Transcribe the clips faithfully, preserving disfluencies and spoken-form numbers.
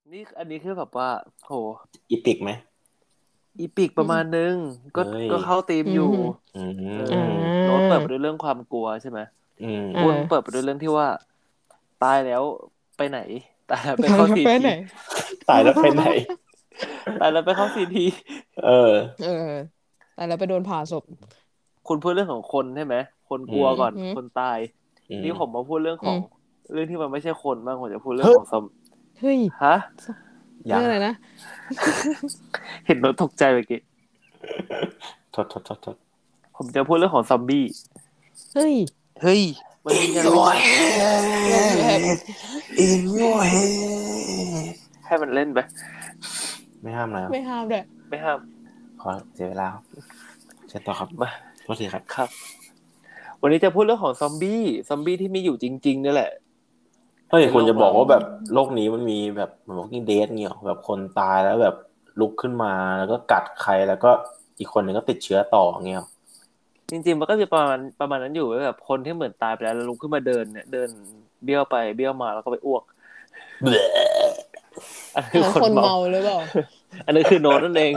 นี่อันนี้คือแบบว่าโหอีพิกไหมอีพิกประมาณนึงก็เฮ้ยก็เข้าธีมอือยู่มอืเออ่อโน้ตเปิดไปาด้วยเรื่องความกลัวใช่ไหมอืมอ่คุณเปิดาไปด้วยเรื่องที่ว่าตายแล้วไปไหนตายแล้วไปตายเข้าซีทีแล้วไปไหนตายแล้วไปไหนตายแล้วไปเข้าซีทีเออเออตายแล้วไปโดนผ่าศพคุณพูดเรื่องของคนใช่ไหมคนอืมกลัวก่อนอืมคนตายอืมนี่ผมมาพูดเรื่องของอืมเรื่องที่มันไม่ใช่คนบ้างผมจะพูดเรื่องเฮ้ยของซอมเฮ้ยฮะยังเรื่องอะไรนะเห็นรถตกใจเมื่อกี้โทษโทษโทษโทษผมจะพูดเรื่องของซอมบี้เฮ้ยเฮ้ยมันมี In งานวิ your จัย love you have head In your head ให้มันเล่นไปไม่ห้ามแล้วไม่ห้ามด้วยไม่ห้ามขอเสียเวลาครับเชิญต่อครับมาโทษทีครับครับ วันนี้จะพูดเรื่องของซอมบี้ซอมบี้ที่มีอยู่จริงๆนี่แหละเฮ้ยในโลกเราคุณจะบอกว่าแบบโลกนี้มันมีแบบเหมือน Walking Dead เงี้ยหรอแบบคนตายแล้วแบบลุกขึ้นมาแล้วก็กัดใครแล้วก็อีกคนหนึ่งก็ติดเชื้อต่อเงี้ยหรอจริงๆมันก็จะประมาณประมาณนั้นอยู่แบบคนที่เหมือนตายไปแล้วแล้วลุกขึ้นมาเดินเนี่ยเดินเบี้ยวไปเบี้ยวมาแล้วก็ไปอ้วกเบลออันนี้อันนั้นคือคนเมาคนเมาหรือเปล่าอันนี้คือโน้ตนั่นเอง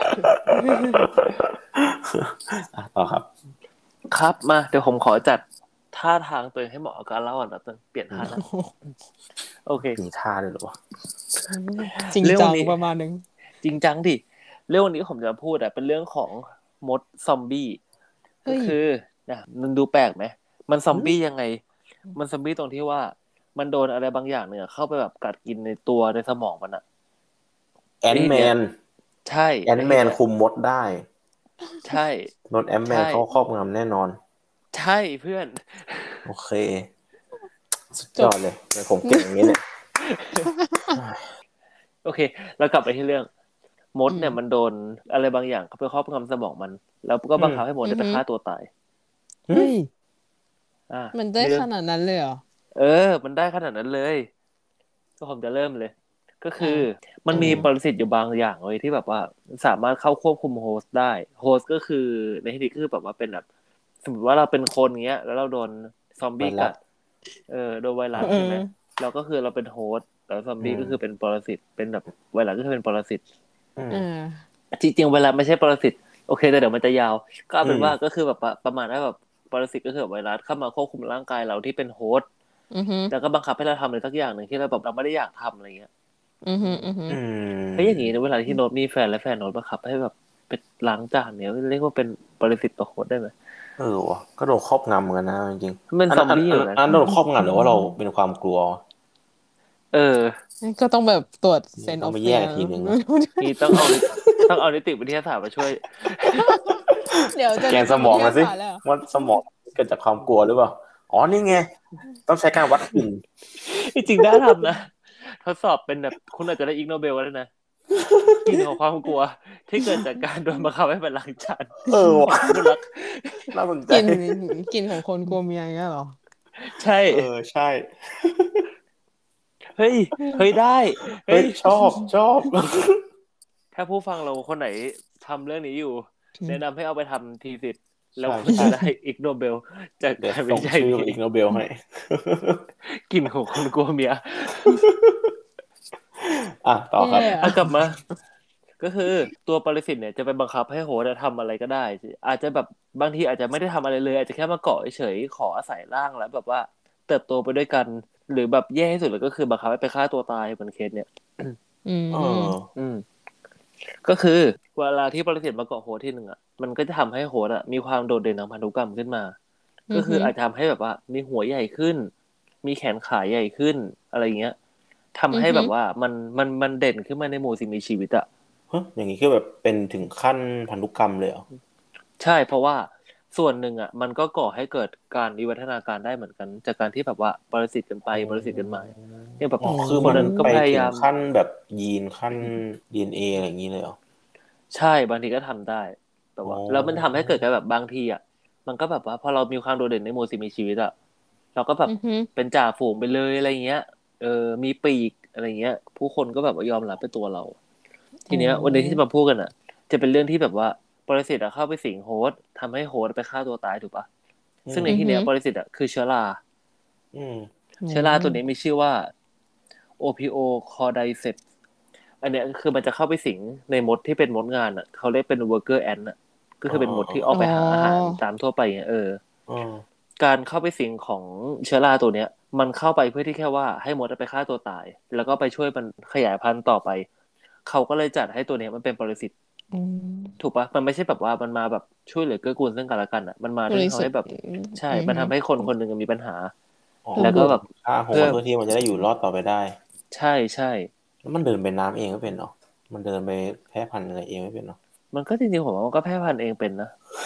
อ่ะต่อครับครับมาเดี๋ยวผมขอจัดท่าทางตัวเองให้เหมาะกับการเล่าก่อนแบบนึงเปลี่ยนท่านะโอเคมีท่าด้วยเหรอวะจริงเรื่องจังนี้ประมาณนึงจริงจังดิเรื่องวันนี้ผมจะพูดอะเป็นเรื่องของมดซอมบี้ก็เฮ้ยคือนะมันดูแปลกไหมมันซอมบี้ยังไง มันซอมบี้ตรงที่ว่ามันโดนอะไรบางอย่างเนี่ยเข้าไปแบบกัดกินในตัวในสมองมันอะแอนแมนใช่แอนแมนคุมมดได้ใช่โดนแอนแมนใช่เข้าครอบงำแน่นอนใช่เพื่อนโอเคสุดยอดเลยแต่ผมเก่งอย่างนี้เนี่ยโอเคแล้วกลับไปที่เรื่องมดเนี่ยอืมมันโดนอะไรบางอย่างเข้าไปครอบงำสมองมัน แล้วก็บังคับให้มดเนี่ยไปฆ่าตัวตายเฮ้ยอ่ามันได้มีเรื่ของนาดนั้นเลยเหรอเออ มันได้ขนาดนั้นเลย ก็ผมจะเริ่มเลย ก็คืออ่ามันมีอืมปรสิตอยู่บางอย่างเลยที่แบบว่าสามารถเข้าควบคุมโฮสต์ได้โฮสต์ก็คือในที่นี้คือแบบว่าเป็นแบบสมมติว่าเราเป็นคนเงี้ย แล้วเราโดนซอมบี้กัดเออโดนไวรัสเอใช่ไหมอเราก็คือเราเป็นโฮสต์แล้วซอมบี้อืมก็คือเป็นปรสิตเป็นแบบไวรัสก็คือเป็นปรสิตอืมอ่าจริงๆเวลาไม่ใช่ปรสิตโอเคแต่เดี๋ยวมันจะยาว ก็เอาเป็นอืมว่าก็คือแบบว่าประมาณว่าแบบปรสิตก็คือแบบไวรัสเข้ามาควบคุมร่างกายเราที่เป็นโฮสต์อือฮึแล้วก็บังคับให้เราทำอะไรสักอย่างหนึ่งที่เราแบบเราไม่ได้อยากทำอะไรเงี้ยอือฮึอือฮึอืมเฮ้ยอย่างงี้นะเวลาที่โน้ตมีแฟนและแฟนโน้ตบังคับให้แบบไปล้างจานเนี่ยเรียกว่าเป็นปรสิตต่อโฮสต์ได้ไหมเออวะก็โดนครอบงำเหมือนกันนะจริงมันเป็นๆอันซอนั้นมอันบี้อัอนนั้ยู่นนะอันนั้นโดนครอบงำหรือว่าเราเป็นความกลัวเออก็ต้องแบบตรวจเซนต้อออง ฟไปเฟแยกลอีกทีหนึ่งนะนี่ต้องเอาต้องเอานิติวิทยาศาสตร์มาช่วยเดี๋ยวสจะแกนสมองมาสิวิทยาศาสตร์แล้วเหรอว่าสมองเกิดจากความกลัวหรือเปล่าอ๋อนี่ไงต้องใช้การวัดกลิ่นจริงๆน่าทำนะทดสอบเป็นแบบคุณอาจจะได้อิกโนเบลก็ได้นะกลิ่นของความกลัวที่เกิดจากการโดนบังคับให้ไปล้างจานเออว่ะคุณรักน่าสนใจกลิ่นกลิ่นของคนกลัวเมียอย่างเงี้ยเหรอใช่เออใช่เฮ้ยเฮ้ยได้เฮ้เฮ้ยยชอบชอบถ้าผู้ฟังเราคนไหนทำเรื่องนี้อยู่อืมแนะนำให้เอาไปทำทีสิทธ์แล้วใช่คุณใช่จะได้อิกโนเบลจากเดี๋ยวการวิส่งจัยชื่อนี้อีกโนเบลให้กลิ่นของคนกลัวเมียอ่ะต่อครับแย่อ่ะกลับมา ก็คือตัวปรสิตเนี่ยจะไปบังคับให้โฮสต์ทำอะไรก็ได้ อาจจะแบบบางทีอาจจะไม่ได้ทำอะไรเลย อาจจะแค่มาเกาะเฉยๆขออาศัยร่างแล้วแบบว่าเติบโตไปด้วยกัน หรือแบบแย่ที่สุดเลยก็คือบังคับให้ไปฆ่าตัวตายเหมือนเคสเนี่ยอืมเอออืม ก็คือเวลาที่ปรสิตมาเกาะโฮสต์ที่หนึ่งอ่ะมันก็จะทำให้โฮสต์อ่ะมีความโดดเด่นทางพันธุกรรมขึ้นมา ก็คืออาจจะทำให้แบบว่ามีหัวใหญ่ขึ้น มีแขนขาใหญ่ขึ้นอะไรเงี้ยทำให้แบบว่ามันมันมันเด่นขึ้นมาในหมู่สิ่งมีชีวิตอ่ะฮะอย่างนี้คือแบบเป็นถึงขั้นพันธุกรรมเลยเหรอใช่เพราะว่าส่วนหนึ่งอ่ะมันก็ก่อให้เกิดการวิวัฒนาการได้เหมือนกัน จากการที่แบบว่าปรสิตกันไปปรสิตกันมาเนี่ยแบบอ๋อคือคนมันนั้นก็ไปพยาถึยาง มขั้นแบบยีนขั้น ดี เอ็น เอ อะไรอย่างนี้เลยเหรอใช่บางทีก็ทำได้แต่ว่าอ๋อแล้วมันทำให้เกิดการแบบบางทีอ่ะมันก็แบบว่าพอเรามีความโดดเด่นในหมู่สิ่งมีชีวิตอ่ะเราก็แบบอือฮึเป็นจ่าฝูงไปเลยอะไรเงี้ยเออมีปีกอะไรเงี้ย ผู้คนก็แบบว่ายอมรับเป็นตัวเรา ทีเนี้ยวันนี้ที่จะมาพูดกันอ่ะ จะเป็นเรื่องที่แบบว่าปรสิตอะเข้าไปสิงโฮสต์ทำให้โฮสต์ไปฆ่าตัวตายถูกปะซึ่งในที่เนี้ยปรสิตอะคือเชื้อราอืมเชื้อราตัวนี้มีชื่อว่า โอ พี โอ Cordyceps อันเนี้ยคือมันจะเข้าไปสิงในมดที่เป็นมดงานอ่ะเขาเรียกเป็น worker ant อ่ะก็คือเป็นมดที่ออกอ๋ไปหาอาหารอตามทั่วไปเงี้ยเอออ๋อการเข้าไปสิงของเชื้อราตัวเนี้ยมันเข้าไปเพื่อที่แค่ว่าให้มดไปฆ่าตัวตายแล้วก็ไปช่วยมันขยายพันธุ์ต่อไปเขาก็เลยจัดให้ตัวเนี้ยมันเป็นปรสิตอืมถูกปะมันไม่ใช่แบบว่ามันมาแบบช่วยเหลือเกื้อกูลซึ่งกันและกันอ่ะมันมาบเพื่อริสุทธิ์ทำให้แบบใช่อืมฮึมันทำให้คนคนหนึ่งมีปัญหาอ๋อระบุแล้วก็แบบฆ่าโหเพื่อดเพื่อที่มันจะได้อยู่รอดต่อไปได้ใช่ใช่แล้วมันเดินไปน้ำเองไม่เป็นเนาะมันเดินไปแพร่พันธุ์อะไรเองไม่เป็นเนาะมันก็จริงๆผมว่ามันก็แพร่พันธุ์เองเป็นนะ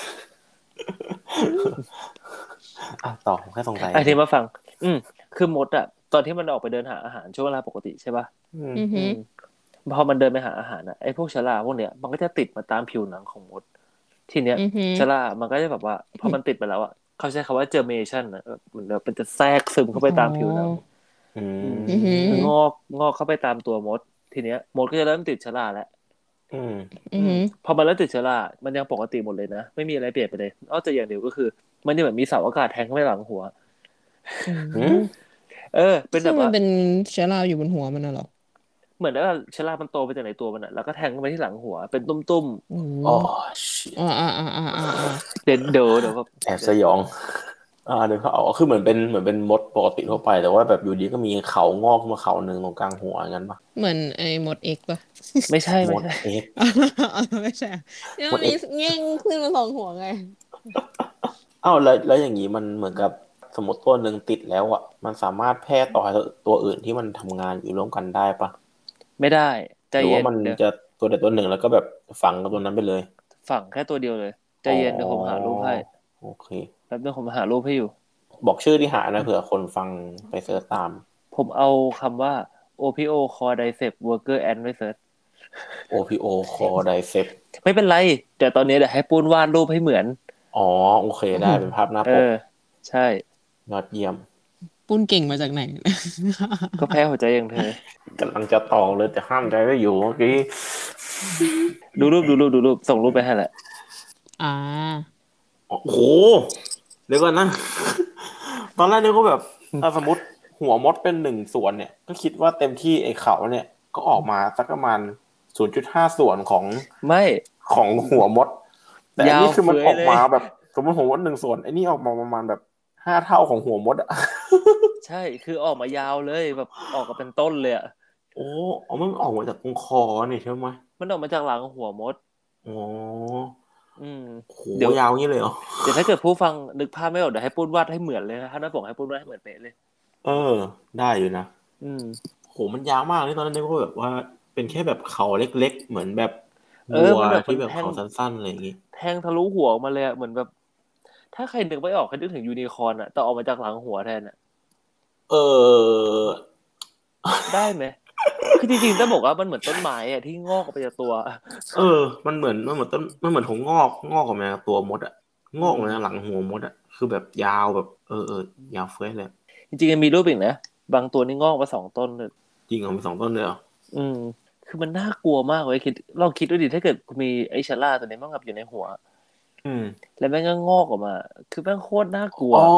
อ่ะต่อผมแค่สงสัยไอ้เฉยที่มาฟัง อืมคือมดอะตอนที่มันออกไปเดินหาอาหารช่วงเวลาปกติใช่ป่ะอืมอืมฮึอืมพอมันเดินไปหาอาหารอะไอ้พวกเชื้อราพวกเนี้ยมันก็จะติดมาตามผิวหนังของมดทีเนี้ยอืมฮึเชื้อรามันก็จะแบบว่าพอมันติดไปแล้วอะเขาใช้คำว่า germination นะเหมือนแบบมันจะแทรกซึมเข้าไปอ๋ตามผิวหนังออือืมอืมฮึคืองอกงอกเข้าไปตามตัวมดทีเนี้ยมดก็จะเริ่มติดเชื้อราแล้วอืมอืมฮึอืมพอมันเริ่มติดเชื้อรามันยังปกติหมดเลยนะไม่มีอะไรเปลี่ยนไปเลยนอกจากอย่างเดียวก็คือมันจะเหมือนมีเสาอากาศแทงเข้าไปหลังหัวอือืมมเออเป็นแบบว่าคือมันเป็นเชื้อราอยู่บนหัวมันน่ะเหรอเหมือนว่าเชื้อรามันโตไปจากในตัวมันอ่ะแล้วก็แทงเข้าไปที่หลังหัวเป็นตุ้มโอ้โหอ๋อชิอ่าอ่าอ่าอ่าอ่าอ่าๆเดี๋ยวเดี๋ยวเดี๋ยวแบบแอบเดี๋ยวสยองอ่าเดี๋ยวเขาเอาคือเหมือนเป็นเหมือนเป็นมดปกติทั่วไปแต่ว่าแบบอยู่ดีก็มีเขางอกขึ้นมาเขาหนึ่งตรงกลางหัวอย่างนั้นปะเหมือนไอ้มดเอ็กซ์ป่ะไม่ใช่มดไม่ใช่เอ็กอ๋อไม่ใช่อะเดี๋ยวมันมีมดเอ็กแง่งขึ้นมาสองหัวไงอ้าวแล้วแล้วอย่างนี้มันเหมือนกับสมมติตัวหนึ่งติดแล้วอ่ะมันสามารถแพร่ต่อให้ตัวอื่นที่มันทำงานอยู่ร่วมกันได้ปะไม่ได้ใจหรือว่ามันเย็นเดี๋ยวจะตัวใดตัวหนึ่งแล้วก็แบบฝังกับตัวนั้นไปเลยฝังแค่ตัวเดียวเลยใจอ๋อเย็นเดี๋ยวผมหารูปให้โอเคแป๊บนึงผมหารูปให้อยู่บอกชื่อที่หานะเผื่อคนฟังไปเสิร์ชตามผมเอาคำว่า โอ พี โอ Cordyceps worker ant ไว้เซิร์ชโอ พี โอ Cordyceps ไม่เป็นไรเดี๋ยวตอนนี้เดี๋ยวให้ปูนวาดรูปให้เหมือนอ๋อโอเคได้เป็นภาพหน้าเอปกอใช่ยอดเยี่ยมปุ้นเก่งมาจากไหนก็แพ้หัวใจอย่างเธอกำลังจะต่อเลยแต่ห้ามใจไว้อยู่เมื่อกี้ดูรูปดูรูปดูรูปส่งรูปไปให้แหละอ่าโอ้โหเดี๋ยวก่อนนะ ตอนแรกนึกว่าแบบถ้าสมมติหัวมดเป็นหนึ่งส่วนเนี่ยก็คิดว่าเต็มที่ไอ้เขาเนี่ยก็ออกมาสักประมาณศูนย์จุดห้าส่วนของไม่ของหัวมดแต่อันยาวนี้คือมันออกเฟ้ยเลยมาแบบสมมติหัวมดหนึ่งส่วนไอ้นี่ออกมาประมาณแบบห้าเท่าของหัวมดอะใช่คือออกมายาวเลยแบบออกมาเป็นต้นเลยอะโอ้อ๋อมันออกมาจากตรงคอนี่ใช่ไหมมันออกมาจากหลังหัวมดอ๋ออืมโหเดี๋ยวยาวงี้เลยเหรอเดี๋ยวถ้าเกิดผู้ฟังนึกภาพไม่ออกเดี๋ยวให้ปุ้นวาดให้เหมือนเลยนะถ้าหน้าปกให้ปุ้นวาดให้เหมือนเป๊ะเลยเออได้อยู่นะอืมโหมันยาวมากเลยตอนนั้นนึกว่าแบบว่าเป็นแค่แบบเขาเล็กๆเหมือนแบบเอวัวอมันแบบที่แบบเขามันแทงสั้นๆอะไรอย่างงี้แทงทะลุหัวออกมาเลยอะเหมือนแบบถ้าใครนึกไม่ออกให้นึกถึงยูนิคอร์นอะแต่ออกมาจากหลังหัวแทนอะเออได้ไหมคือจริงๆต้องบอกว่ามันเหมือนต้นไม้อะที่งอกออกไปจากตัวเออมันเหมือนมันเหมือนต้นมันเหมือนของงอกงอกออกมาจากตัวมดอะงอืมอกออกมาจากหลังหัวมดอะคือแบบยาวแบบเออเออยาวเฟ้ยเลยจริงๆยังมีรูปอีกนะบางตัวนี่งอกมาสองต้นเลยจริงเหรอมีสองต้นเลยเหรออืมคือมันน่ากลัวมากเลยคิดลองคิดดูดิถ้าเกิดมีไอ้ชะล่าตัวนี้มันกับอยู่ในหัวอืมแล้วแม่งก็งอกออกมา คือแม่งโคตรน่ากลัวโอ้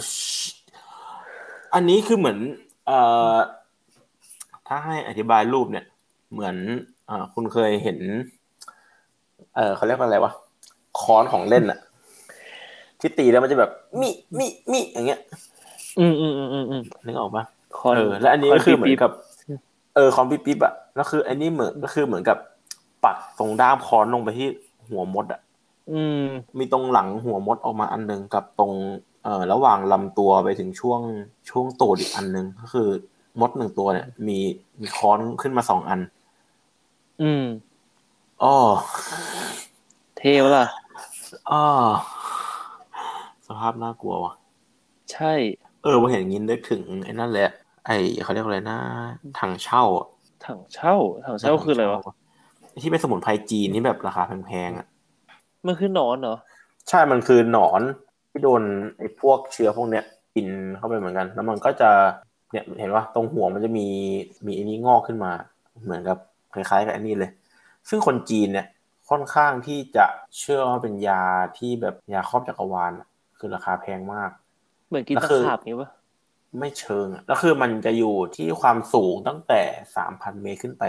อันนี้คือเหมือนเอ่อ ถ้าให้อธิบายรูปเนี่ยเหมือนอ่าคุณเคยเห็นเออเขาเรียกว่าอะไรวะค้อนของเล่นอะที่ตีแล้วมันจะแบบมิมิมิอย่างเงี้ยอืมอืมอืมอืมอืมนึกออกปะคอนเออแล้วอันคอนนี้ก็คืปีปีบอเหมือนกับเออค้อนปิ๊บปิ๊บอะแล้วคืออันนี้เหมือนก็คือเหมือนกับปักตรงด้ามค้อนลงไปที่หัวมดอะอืมมีตรงหลังหัวมดออกมาอันหนึงกับตรงเอ่อระหว่างลำตัวไปถึงช่วงช่วงตูดอีกอันหนึงก็คือมดหนึ่งตัวเนี่ยมีมีค้อนขึ้นมาสองอันอืมอ้อเท่ปะล่ะอ้อสภาพน่ากลัวว่ะใช่เออพอเห็นอย่างนี้นึกถึงไอ้นั่นแหละไอ้เขาเรียกอะไรนะถังเช่าอะถังเช่าถังได้เช่าถังเช่าคืออะไรวะปะที่เป็นสมุนไพรจีนที่แบบราคาแพงๆอ่ะมันคือหนอนเหรอใช่มันคือหนอนที่โดนไอ้พวกเชื้อพวกเนี้ยกินเข้าไปเหมือนกันแล้วมันก็จะเนี่ยเห็นว่าตรงหัวมันจะมีมีไอ้นี้งอกขึ้นมาเหมือนกับคล้ายๆกับอันนี้เลยซึ่งคนจีนเนี่ยค่อนข้างที่จะเชื่อว่าเป็นยาที่แบบยาครอบจักรวาลอะคือราคาแพงมากเหมือนกินตะแล้วคือขาบงี้ปะไม่เชิงอ่ะแล้วคือมันจะอยู่ที่ความสูงตั้งแต่สามพันเมตรขึ้นไปมั้ง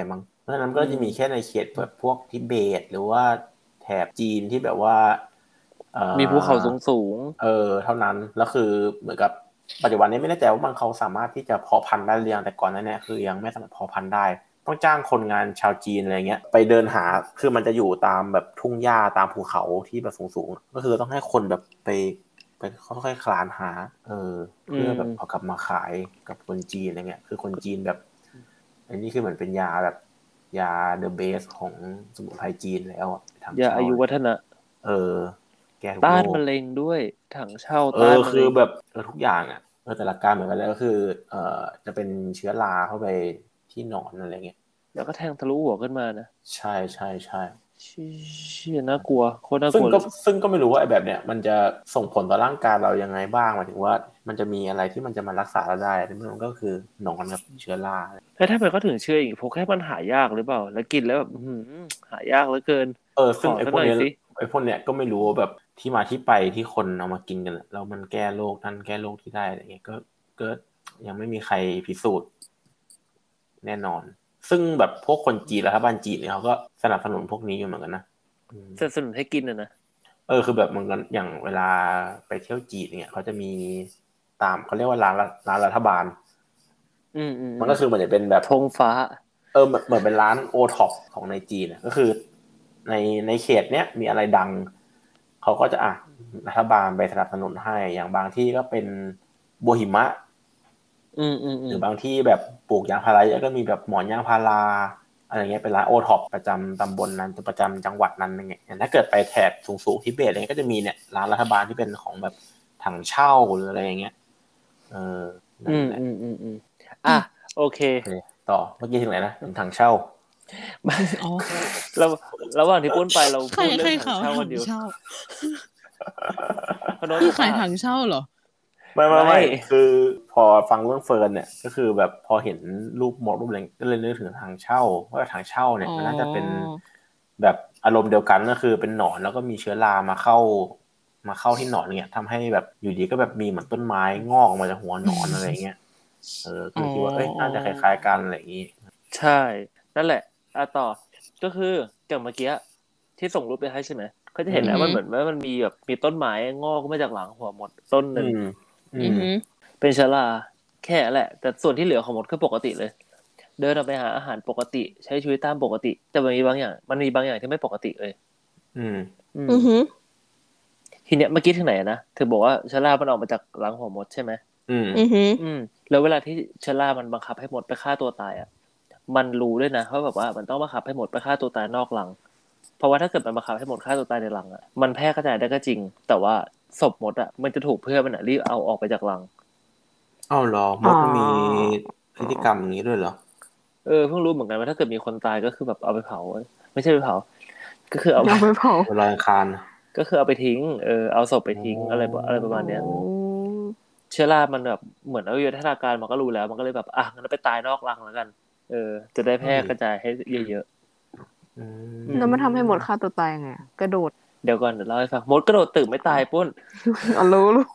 เพราะฉะนั้นก็จะมีแค่ในเขตแบบพวกทิเบตหรือว่าแถบจีนที่แบบว่าเอ่อมีภูเขาสูงๆเออเท่านั้นแล้วคือเหมือนกับปัจจุบันนี้ไม่แน่ใจว่ามันเขาสามารถที่จะเพาะพันธุ์ได้หรือยังแต่ก่อนนั้นเนี่ยคือยังไม่สามารถเพาะพันธุ์ได้ต้องจ้างคนงานชาวจีนอะไรเงี้ยไปเดินหาคือมันจะอยู่ตามแบบทุ่งหญ้าตามภูเขาที่แบบสูงๆก็คือต้องให้คนแบบไปไปค่อยๆคลานหาเออเพื่อแบบเอากลับมาขายกับคนจีนอะไรเงี้ยคือคนจีนแบบอันนี้คือเหมือนเป็นยาแบบยาเดอะเบสของสมุนไพรจีนแล้วอะถังๆยาเช่าอายุวัฒนะเออแก้ทุกต้าโรคนมะเร็งด้วยถังเช่าเออต้านมะเร็งคือแบบเออทุกอย่างอ่ะเออแต่หลักการเหมือนกันเลยก็คือเอ่อจะเป็นเชื้อราเข้าไปที่หนอนอะไรเงี้ยแล้วก็แทงทะลุหัวขึ้นมานะใช่ใช่ใช่เชี่ยน่ากลัวโคตรน่ากซึ่งก็ลัวเลยซึ่งก็ไม่รู้ว่าไอ้แบบเนี้ยมันจะส่งผลต่อร่างกายเรายังไงบ้างหมายถึงว่ามันจะมีอะไรที่มันจะมารักษาเราได้ที่มันก็คือหนอนกับเชื้อราแล้วถ้ามันก็ถึงเชื่ออีกพวกแค่มันหายากหรือเปล่าแล้วกินแล้วแบบอื้อหือหายากเหลือเกินเออขอซึ่งไอ้พวกเนี้ยสักหน่อยสิไอ้พวกเนี้ยก็ไม่รู้ว่าแบบที่มาที่ไปที่คนเอามากินกันอะแล้วมันแก้โรคนั่นแก้โรคที่ได้อะไรเงี้ยก็ก็ยังไม่มีใครพิสูจน์แน่นอนซึ่งแบบพวกคนจีนรัฐบาลจีนเนี่ยเขาก็สนับสนุนพวกนี้อยู่เหมือนกันนะอืมสนับสนุนให้กินอะนะเออคือแบบเหมือนกันอย่างเวลาไปเที่ยวจีนเนี่ยเขาจะมีตามเขาเรียกว่าร้านร้านรัฐบาลอืมอืมมันก็คือเหมือนจะเป็นแบบธงฟ้าเออเหมือนเป็นร้านโอท็อปของในจีนก็คือในในเขตเนี้ยมีอะไรดังเขาก็จะอ่ะรัฐบาลไปสนับสนุนให้อย่างบางที่ก็เป็นบัวหิมะอืมอืมอืมหรือบางที่แบบปลูกยางพาราเยอะก็มีแบบหมอนยางพาราอะไรเงี้ยเป็นร้านโอท็อปประจำตำบลนั้นประจำจังหวัดนั้นอย่างเงี้ยอย่างถ้าเกิดไปแถบสูงๆทิเบตอะไรเงี้ยก็จะมีเนี่ยร้านรัฐบาลที่เป็นของแบบถังเช่าหรืออะไรอย่างเงี้ยเออนั่อืมนแหละอืมอืมอืมอ่ะโอเคโอเคต่อเมื่อกี้ถึงไหนนะถึงถังเช่าอ๋อเราระหว่างที่ปุ้นไปเราใครพูดเรื่ใครองถังเขาเช่ากันอยู่ถังเช่าพโน้ตมีบอกว่าขายถังเช่าเหรอไม่ไม่ไม่ไม่คือพอฟังเรื่องเฟิร์นเนี่ยก็คือแบบพอเห็นรูปมดรูปอะไรก็เลยนึกถึงทางเช่าว่าทางเช่าเนี่อ๋อยมันน่าจะเป็นแบบอารมณ์เดียวกันก็คือเป็นหนอนแล้วก็มีเชื้อรามาเข้ามาเข้าที่หนอนเนี่ยทำให้แบบอยู่ดีก็แบบมีเหมือนต้นไม้งอกออกมาจากหัวหนอนอะไรเงี้ยเออก็อ๋อเลยคิดว่าเอ้ยอ๋อน่าจะคล้ายๆกันอะไรอย่างงี้ใช่นั่นแหละอ่ะต่อก็คืออย่างเมื่อกี้ที่ส่งรูปไปให้ใช่ไหมเขาจะอืเห็นมแล้วมันเหมือนว่ามันมีแบบมีต้นไม้งอกมาจากหลังหัวหมดต้นหนึ่งอืมอืมอือหือเป็นเชื้อราแค่นั้นแหละแต่ส่วนที่เหลือของมดคือปกติเลยเดินออกไปหาอาหารปกติใช้ชีวิตตามปกติแต่มันมีบางอย่างมันมีบางอย่างที่ไม่ปกติเลยอืมอืมอือหือทีเนี้ยเมื่อกี้ถึงไหนนะเธอบอกว่าเชื้อรามันออกมาจากรังหัวมดใช่ไหมอืมอือหืออืมแล้วเวลาที่เชื้อรามันบังคับให้มดไปฆ่าตัวตายอ่ะมันรู้ด้วยนะว่าแบบว่ามันต้องบังคับให้มดไปฆ่าตัวตายนอกรังเพราะว่าถ้าเกิดมันบังคับให้มดฆ่าตัวตายในรังอ่ะมันแพร่กระจายได้ก็จริงแต่ว่าศพมดอ่ะมันจะถูกเพื่อนมันอ่ะรีบเอาออกไปจากรังอ้าวเหรอมอ๋อดมันมีพฤติกรรมอย่างนี้ด้วยเหรอเออเพิ่งรู้เหมือนกันว่าถ้าเกิดมีคนตายก็คือแบบเอาไปเผาไม่ใช่ไปเผาก็คือเอาไปเอาไปเผาเวลาอังคารก็คือเอาไปทิ้งเออเอาศพไปอ๋ทิ้งอะไรออะไรประมาณเนี้ย เชื้อรามันแบบเหมือนอวัยวะทางการมันก็รู้แล้วมันก็เลยแบบอ่ะงั้นไปตายนอกรังแล้วกันเออจะได้แพร่กระจายให้เยอะอืๆอืแล้วมันทำให้หมดมฆ่าตัวตายยังไงอะกระโดดเดี๋ยวก่อนเดี๋ยวเล่าให้ฟังมดกระโดดตึกไม่ตายปุ้นอ๋อรู้รู้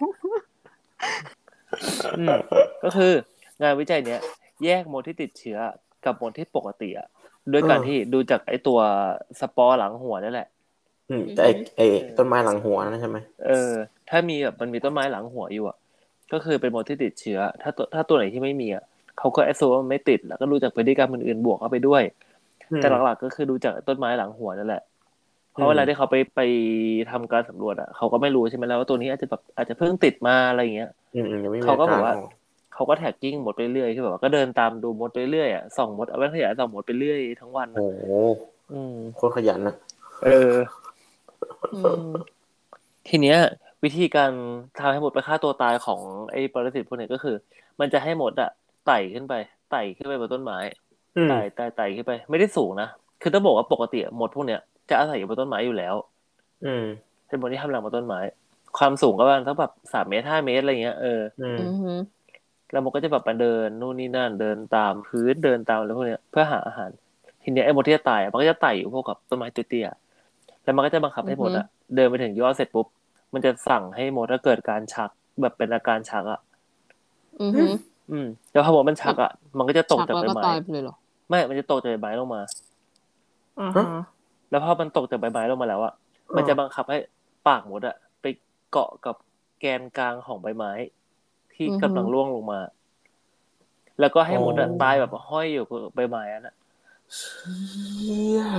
อืมก็คืองานวิจัยเนี้ยแยกมดที่ติดเชื้อกับมดที่ปกติอ่ะด้วยเออการที่ดูจากไอ้ตัวสปอร์หลังหัวนั่นแหละอืมอือแต่ไอ้หือไอ้เออต้นไม้หลังหัวนั่นใช่ไหมเออถ้ามีแบบมันมีต้นไม้หลังหัวอยู่อ่ะก็คือเป็นมดที่ติดเชื้อถ้าตัวถ้าตัวไหนที่ไม่มีอ่ะเขาก็แอสโซว่ามันไม่ติดแล้วก็ดูจากพฤติกรรมอื่นๆบวกเข้าไปด้วยอืมแต่หลักๆก็คือดูจากต้นไม้หลังหัวนั่นแหละเพอืมราะเวลาที่เขาไปไปทำการสำรวจอ่ะเขาก็ไม่รู้ใช่ไหมแล้วว่าตัวนี้อาจจะแบบอาจจะเพิ่งติดมาอะไรอย่างเงี้ยอืมอืมยังไม่มีเขาก็แบบว่าอาการออกเขาก็แท็กกิ้งหมดไปเรื่อยคือแบบว่าก็เดินตามดูมดไปเรื่อยอ่ะส่องมดเอาแว่นขยายส่องมดไปเรื่อยทั้งวันโอ้อ่ะโหอืมโคตรขยันนะเอออืมทีเนี้ยวิธีการทำให้มดไปฆ่าตัวตายของไอ้ปรสิตพวกเนี้ยก็คือ มันจะให้มดอะไต่ขึ้นไปไต่ขึ้นไปบนต้นไม้อืมไต่ไต่ไต่ขึ้นไปไม่ได้สูงนะคือต้องบอกว่าปกติอะมดพวกเนี้ยจะอาศัยอยู่บนต้นไม้อยู่แล้วอืมเป็นมดที่ทำรังบนต้นไม้ ความสูงก็ประมาณสักแบบสามเมตรห้าเมตรอะไรเงี้ยเอออืมอือหือแล้วมดก็จะแบบมาเดินนู่นนี่นั่นเดินตามพื้นเดินตามอะไรพวกเนี้ยเพื่อหาอาหารทีเนี้ยไอ้มดที่จะตายอะมันก็จะไต่อยู่พวกกับต้นไม้เตี้ยๆแล้วมันก็จะบังคับอือหือให้มดอะเดินไปถึงยอดเสร็จปุ๊บมันจะสั่งให้มดถ้าเกิดการชักแบบเป็นอาการชักอะอือหืออืมแล้วพอมดมันแบบชักอะมันก็จะตกชักแล้วก็จากใบไม้ตายไปเลยเหรอไม่มันจะตกจากใบไม้ลงมาอ่าฮะแล้วพอมันตกจากใบไม้ลงมาแล้วอ่ะมันจะบังคับให้ปากมดอ่ะไปเกาะกับแกนกลางของใบไม้ที่กำลังร่วงลงมาแล้วก็ให้มดอ่ะตายแบบห้อยอยู่กับใบไม้อ่ะเชี่ย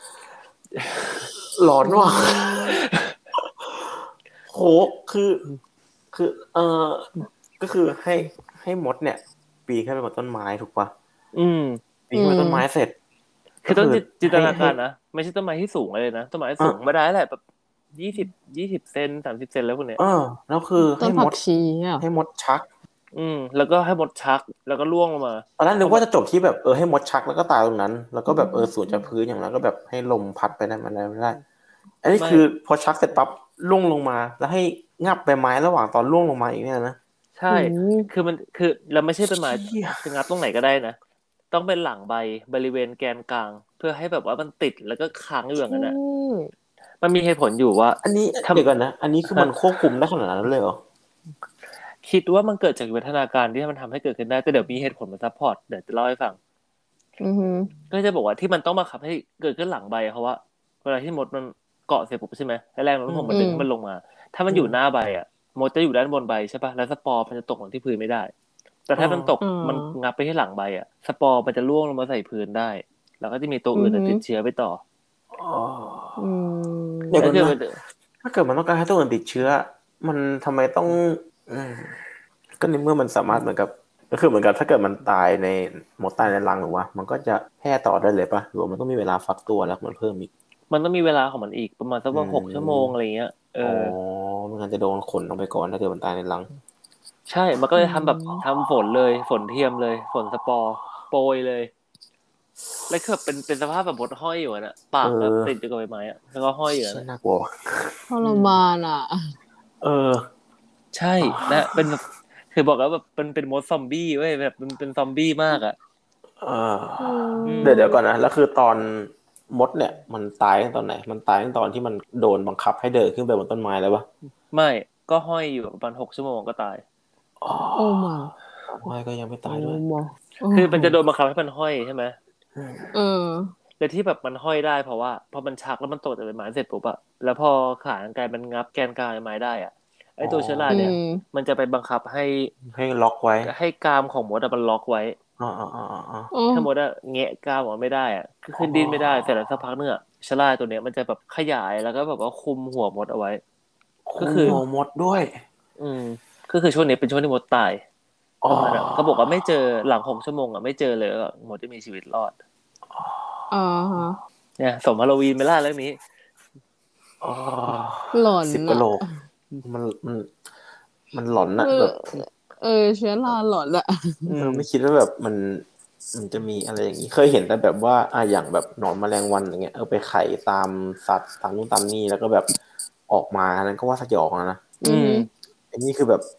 หลอนว่ะโหคือคือเออก็คือให้ให้มดเนี่ยปีนขึ้นไปบนต้นไม้ถูกปะอืมปีนขึ้นไปต้นไม้เสร็จคือต้องจินตนาการนะไม่ใช่ต้นไม้ที่สูงเลยนะต้นไม้สูงไม่ได้แหละแบบยี่สิบยี่สิบเซนสามสิบเซนแล้วพวกเนี้ยเออแล้วคือให้มดให้มดชักอืมแล้วก็ให้มดชักแล้วก็ล่วงลงมาตอนแรกนึกว่าจะจบที่แบบเออให้มดชักแล้วก็ตายตรงนั้นแล้วก็แบบเออสูญจากพื้นอย่างนั้นก็แบบให้ลมพัดไปได้มันได้ไม่ได้อันนี้คือพอชักเสร็จปั๊บล่วงลงมาแล้วให้งับใบไม้ระหว่างตอนล่วงลงมาอีกเนี่ยนะใช่คือมันคือเราไม่ใช่เป็นไม้จะงับตรงไหนก็ได้นะต้องเป็นหลังใบบริเวณแกนกลางเพื่อให้แบบว่ามันติดแล้วก็ค้างอยู่อย่างนั้นนะมันมีเหตุผลอยู่ว่าอันนี้เดี๋ยวก่อนนะอันนี้คือมันควบคุมได้ขนาดนั้นเลยเหรอคิดว่ามันเกิดจากวิวัฒนาการที่มันทำให้เกิดขึ้นได้แต่เดี๋ยวมีเหตุผลมาซัพพอร์ตเดี๋ยวจะเล่าให้ฟังก็จะบอกว่าที่มันต้องบังคับให้เกิดขึ้นหลังใบเพราะว่าเวลาที่มดมันเกาะเสร็จปุ๊บใช่ไหมแรงโน้มถ่วงมันดึงมันลงมาถ้ามันอยู่หน้าใบอ่ะมดจะอยู่ด้านบนใบใช่ป่ะแล้วสปอร์มันจะตกลงที่พื้นไม่ได้แต่ถ้ามันตกมันงับไปที่หลังใบอ่ะสปอร์มันจะร่วงลงมาใส่พื้นได้แล้วก็จะมีตัวอื่นติดเชื้อไปต่อเดี๋ยวก่อนนะถ้าเกิดมันต้องการให้ตัวอื่นติดเชื้อมันทำไมต้องก็ในเมื่อมันสามารถเหมือนกับก็คือเหมือนกับถ้าเกิดมันตายในมดตายในรังหรือว่ามันก็จะแพร่ต่อได้เลยป่ะหรือมันต้องมีเวลาฟักตัวแล้วมันเพิ่มอีกมันต้องมีเวลาของมันอีกประมาณสักว่าหกชั่วโมงอะไรเงี้ยเอออ๋อไม่งั้นจะโดนขนลงไปก่อนถ้าเกิดมันตายในรังใช่มันก็เลยทำแบบทำฝนเลยฝนเทียมเลยฝนสปอร์โปรยเลยแล้วคือเป็นเป็นสภาพแบบมดห้อยอยู่น่ะปากแบบติดอยู่กับใบไม้อะแล้วก็ห้อยอยู่น่ะน่ากลัวทรมานอ่ะเออใช่นะเป็นคือบอกแล้วแบบเป็นเป็นมดซอมบี้เว้ยแบบเป็นเป็นซอมบี้มากอ่ะเออเดี๋ยวเดี๋ยวก่อนนะแล้วคือตอนมดเนี่ยมันตายตอนไหนมันตายตอนที่มันโดนบังคับให้เดินขึ้นไปบนต้นไม้แล้วปะไม่ก็ห้อยอยู่ประมาณหกชั่วโมงก็ตายโอ้มาห้อยก็ยังไม่ตายด้วยคือมันจะโดนบังคับให้มันห้อยใช่ไหมเออแต่ที่แบบมันห้อยได้เพราะว่าพอมันชักแล้วมันตกจากใบไม้เสร็จปุ๊บอะแล้วพอขากรรไกรมันงับแกนกลางใบไม้ได้อะไอ้ตัวเชื้อราเนี่ยมันจะไปบังคับให้ให้ล็อกไว้ให้กรามของมดมันล็อกไว้อ๋ออ๋ออ๋อถ้ามดอะแงะกรามออกไม่ได้อะคือขึ้นดิ้นไม่ได้เสร็จแล้วสักพักนึงอะเชื้อราตัวเนี้ยมันจะแบบขยายแล้วก็แบบว่าคุมหัวมดเอาไว้ก็คือหัวมดด้วยอืมก็คือช่วงนี้เป็นช่วงที่มดตายประมาณนั้นเขาบอกว่าไม่เจอหลังหกชั่วโมงอะไม่เจอเลยมดจะมีชีวิตรอดอ๋อฮะเนี่ยสมฮาโลวีนไม่ล่าเรื่องนี้อ๋อหลอนสิบกะโหลกมันมันมันหลอนนะแบบเออเชื้อราหลอนอะเออไม่คิดว่าแบบมันมันจะมีอะไรอย่างนี้เคยเห็นแต่แบบว่าอ่ะอย่างแบบหนอนแมลงวันอย่างเงี้ยเออไปไข่ตามสัตว์ตามนู่นตามนี่แล้วก็แบบออกมาอันนั้นก็ว่าสยองแล้วนะอืมอันนี้คือแบบ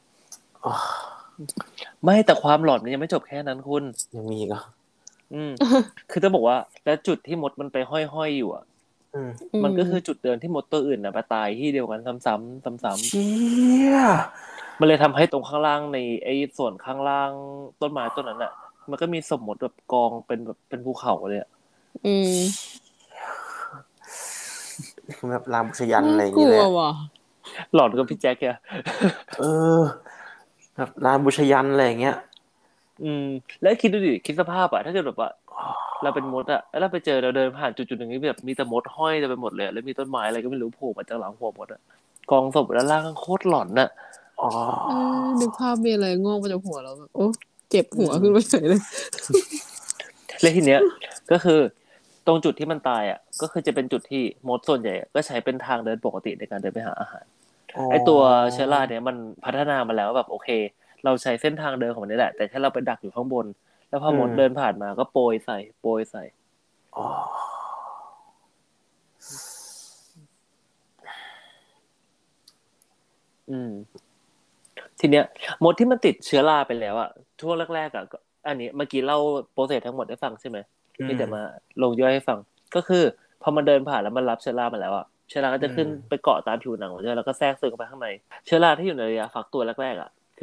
ไม่แต่ความหลอนมันยังไม่จบแค่นั้นคุณยังมีอีกอ่ะอืมคือต้องบอกว่าแล้วจุดที่มดมันไปห้อยๆอยู่อ่ะมันก็คือจุดเดิมที่มดตัวอื่นน่ะมาตายที่เดียวกันซ้ำๆซ้ำๆเชี่ยมันเลยทำให้ตรงข้างล่างในไอ้ส่วนข้างล่างต้นไม้ต้นนั้นอ่ะมันก็มีศพมดแบบกองเป็นแบบเป็นภูเขาเลยอ่ะอืมคือแบบลามบุษยันอะไรอย่างเงี้ยเลยหลอนกับพี่แจ็คอะเออแบบลามบุษยันอะไรอย่างเงี้ยอืมแล้วคิดดูดิคิดสภาพอะถ้าเกิดแบบว่าเราเป็นมดอะแล้วเราไปเจอเราเดินผ่านจุดๆหนึ่งที่แบบมีแต่มดห้อยเต็มไปหมดเลยแล้วมีต้นไม้อะไรก็ไม่รู้โผล่มาจากหลังหัวมดอะกองศพด้านล่างโคตรหลอนน่ะอ๋อนึกภาพมีอะไรงอกมาจากหัวเราแบบโอ้เจ็บหัวขึ้นไปเฉยเลยแล้วทีเนี้ยก็คือตรงจุดที่มันตายอะก็คือจะเป็นจุดที่มดส่วนใหญ่ก็ใช้เป็นทางเดินปกติในการเดินไปหาอาหารไอตัวเชื้อราเนี่ยมันพัฒนามาแล้วแบบโอเคเราใช้เส้นทางเดินของมันนี่แหละแต่แค่เราไปดักอยู่ข้างบนแล้วพอมดเดินผ่านมาก็โปรยใส่โปรยใส่อืมทีเนี้ยมดที่มันติดเชื้อราไปแล้วอะช่วงแรกๆอะอันนี้เมื่อกี้เล่าโปรเซสทั้งหมดให้ฟังใช่ไหมที่จะมาลงย่อยให้ฟังก็คือพอมันเดินผ่านแล้วมันรับเชื้อรามาแล้วอะเชื้อราก็จะขึ้นไปเกาะตามผิวหนังของเชื้อแล้วก็แทรกซึมเข้าไปข้างในเชื้อราที่อยู่ในระยะฟักตัวแรกๆอะคื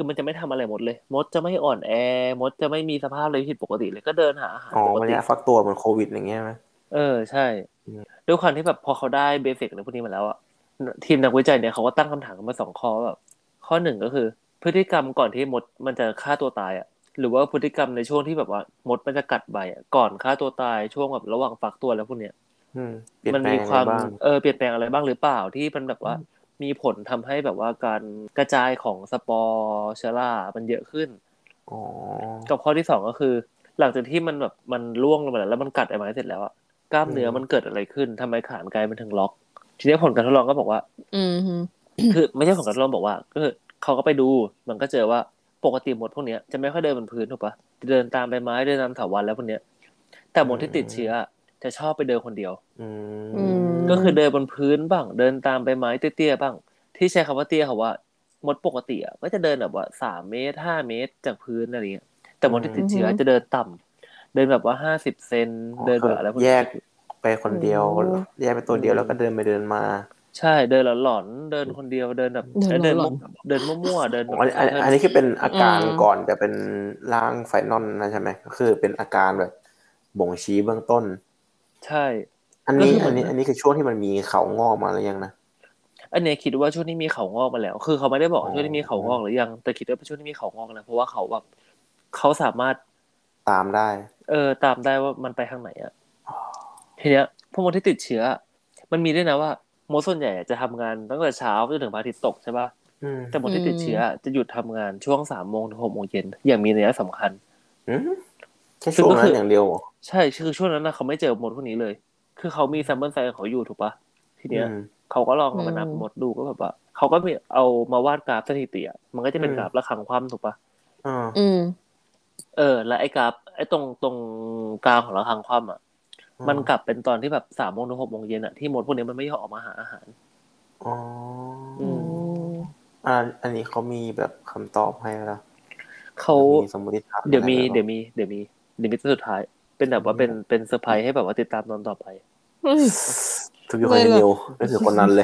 คือมันจะไม่ทำอะไรมดเลยมดจะไม่อ่อนแอมดจะไม่มีสภาพอะไรผิดปกติเลยก็เดินหาอาหารอ๋อปกติมันจะฟักตัวเหมือนโควิดอย่างเงี้ยไหมเออใช่ด้วยความที่แบบพอเขาได้เบสิกในพวกนี้มาแล้วอ่ะทีมนักวิจัยเนี่ยเขาก็ตั้งคำถามกันมาสองข้อแบบข้อหนึ่งก็คือพฤติกรรมก่อนที่มดมันจะฆ่าตัวตายอ่ะหรือว่าพฤติกรรมในช่วงที่แบบว่ามดมันจะกัดใบอ่ะก่อนฆ่าตัวตายช่วงแบบระหว่างฟักตัวแล้วพวกเนี้ยอืมเปลี่ยนมันแปลงมีความยังไงบ้างเออเปลี่ยนแปลงอะไรบ้างหรือเปล่าที่มันแบบว่ามีผลทำให้แบบว่าการกระจายของสปอร์เชื้อรามันเยอะขึ้นอ๋อกับข้อที่สองก็คือหลังจากที่มันแบบมันร่วงลงมาแล้วแล้วมันกัดไอ้ไม้เสร็จแล้วอะกล้ามเนื้อมันเกิดอะไรขึ้นทำไมขานไกลมันถึงล็อกทีนี้ผลการทดลองก็บอกว่าอืมคือไม่ใช่ผลการทดลองบอกว่าก็คือเขาก็ไปดูมันก็เจอว่าปกติมดพวกเนี้ยจะไม่ค่อยเดินบนพื้นถูกปะจะเดินตามใบไม้เดินตามเถาวัลย์แล้วพวกเนี้ยแต่มดที่ติดเชื้อจะชอบไปเดินคนเดียวอือืมมก็คือเดินบนพื้นบ้างเดินตามใบไม้เตี้ยๆบ้างที่ใช้คำว่าเตี้ยเขาว่ามดปกติอ่ะก็จะเดินแบบว่าสามเมตรห้าเมตรจากพื้นอะไรเงี้ยแต่มดที่ติดเชื้อจะเดินต่ำเดินแบบว่าห้าสิบเซนเดินแบบอะไรพวกแยนี้กไปคนเดียวโอ้แยกไปตัวเดียวแล้วก็เดินไปเดินมาใช่เดินหลอนๆเดินคนเดียวเดินแบบเดินเอ้ยเดินหลมั่อวน เดินมั่วๆเดินอ๋แบอบ อันแพอันทเทิร์นอันนี้คือเป็นอาการอ่าก่อนจะเป็นร่างไฟนอลนะใช่ไหมก็คือเป็นอาการแบบบ่งชี้เบื้องต้นใช่อันก็นี้คือเหอัมือนนนี้อันนี้คือช่วงที่มันมีเขางอกมาหรือยังนะอันเนี้ยคิดว่าช่วงที่มีเขางอกมาแล้ว คือเขาไม่ได้บอกอ๋อช่วงที่มีเขางอกหรือยังแต่คิดว่าเป็นช่วงที่มีเขางอกแล้วเพราะว่าเขาแบบเขาสามารถตามได้เออตามได้ว่ามันไปทางไหนอะทีเนี้ยพวกมดที่ติดเชื้อ มันมีด้วยนะว่ามดส่วนใหญ่จะทำงานตั้งแต่เช้าจนถึงพระอาทิตย์ตกใช่ป่ะอืมแต่มดที่ติดเชื้อจะหยุดทำงานช่วงสามโมงถึงหกโมงเย็นอย่างมีนัยสำคัญอืมแค่ช่วงนั้นอย่างเดียวเหรอใช่คือช่วงนั้นนะเขาไม่เจอมดพวกนี้เลย คือเขามีแซมเปิลไซส์ของเขาอยู่ถูกปะทีเนี้ยอืมเขาก็ลองเอามานับมดดูก็แบบว่าเขาก็มีเอามาวาดกราฟสถิติอะมันก็จะเป็นอืมกราฟระฆังคว่ำถูกปะอ่าอืมเออแล้วไอ้กราฟไอ้ตรงตรงกลางของระฆังคว่ำอ่ะอืมมันกลับเป็นตอนที่แบบสามโมงถึงหกโมงเย็นอ่ะที่มดพวกนี้มันไม่ยอมออกมาหาอาหารอ๋ออืมอ่าอันนี้เขามีแบบคำตอบให้แล้วเขามีสมมติฐานเดี๋ยวมีอะไรแบบเดี๋ยวมีเดี๋ยวมีเดี๋ยวมีตัวสุดท้าย เป็นแบบว่าเป็นเป็นเซอร์ไพรส์ให้แบบว่าติดตามตอนต่อไปเฮ้ยทุกคนในนิวก็คือคนนั้นเลย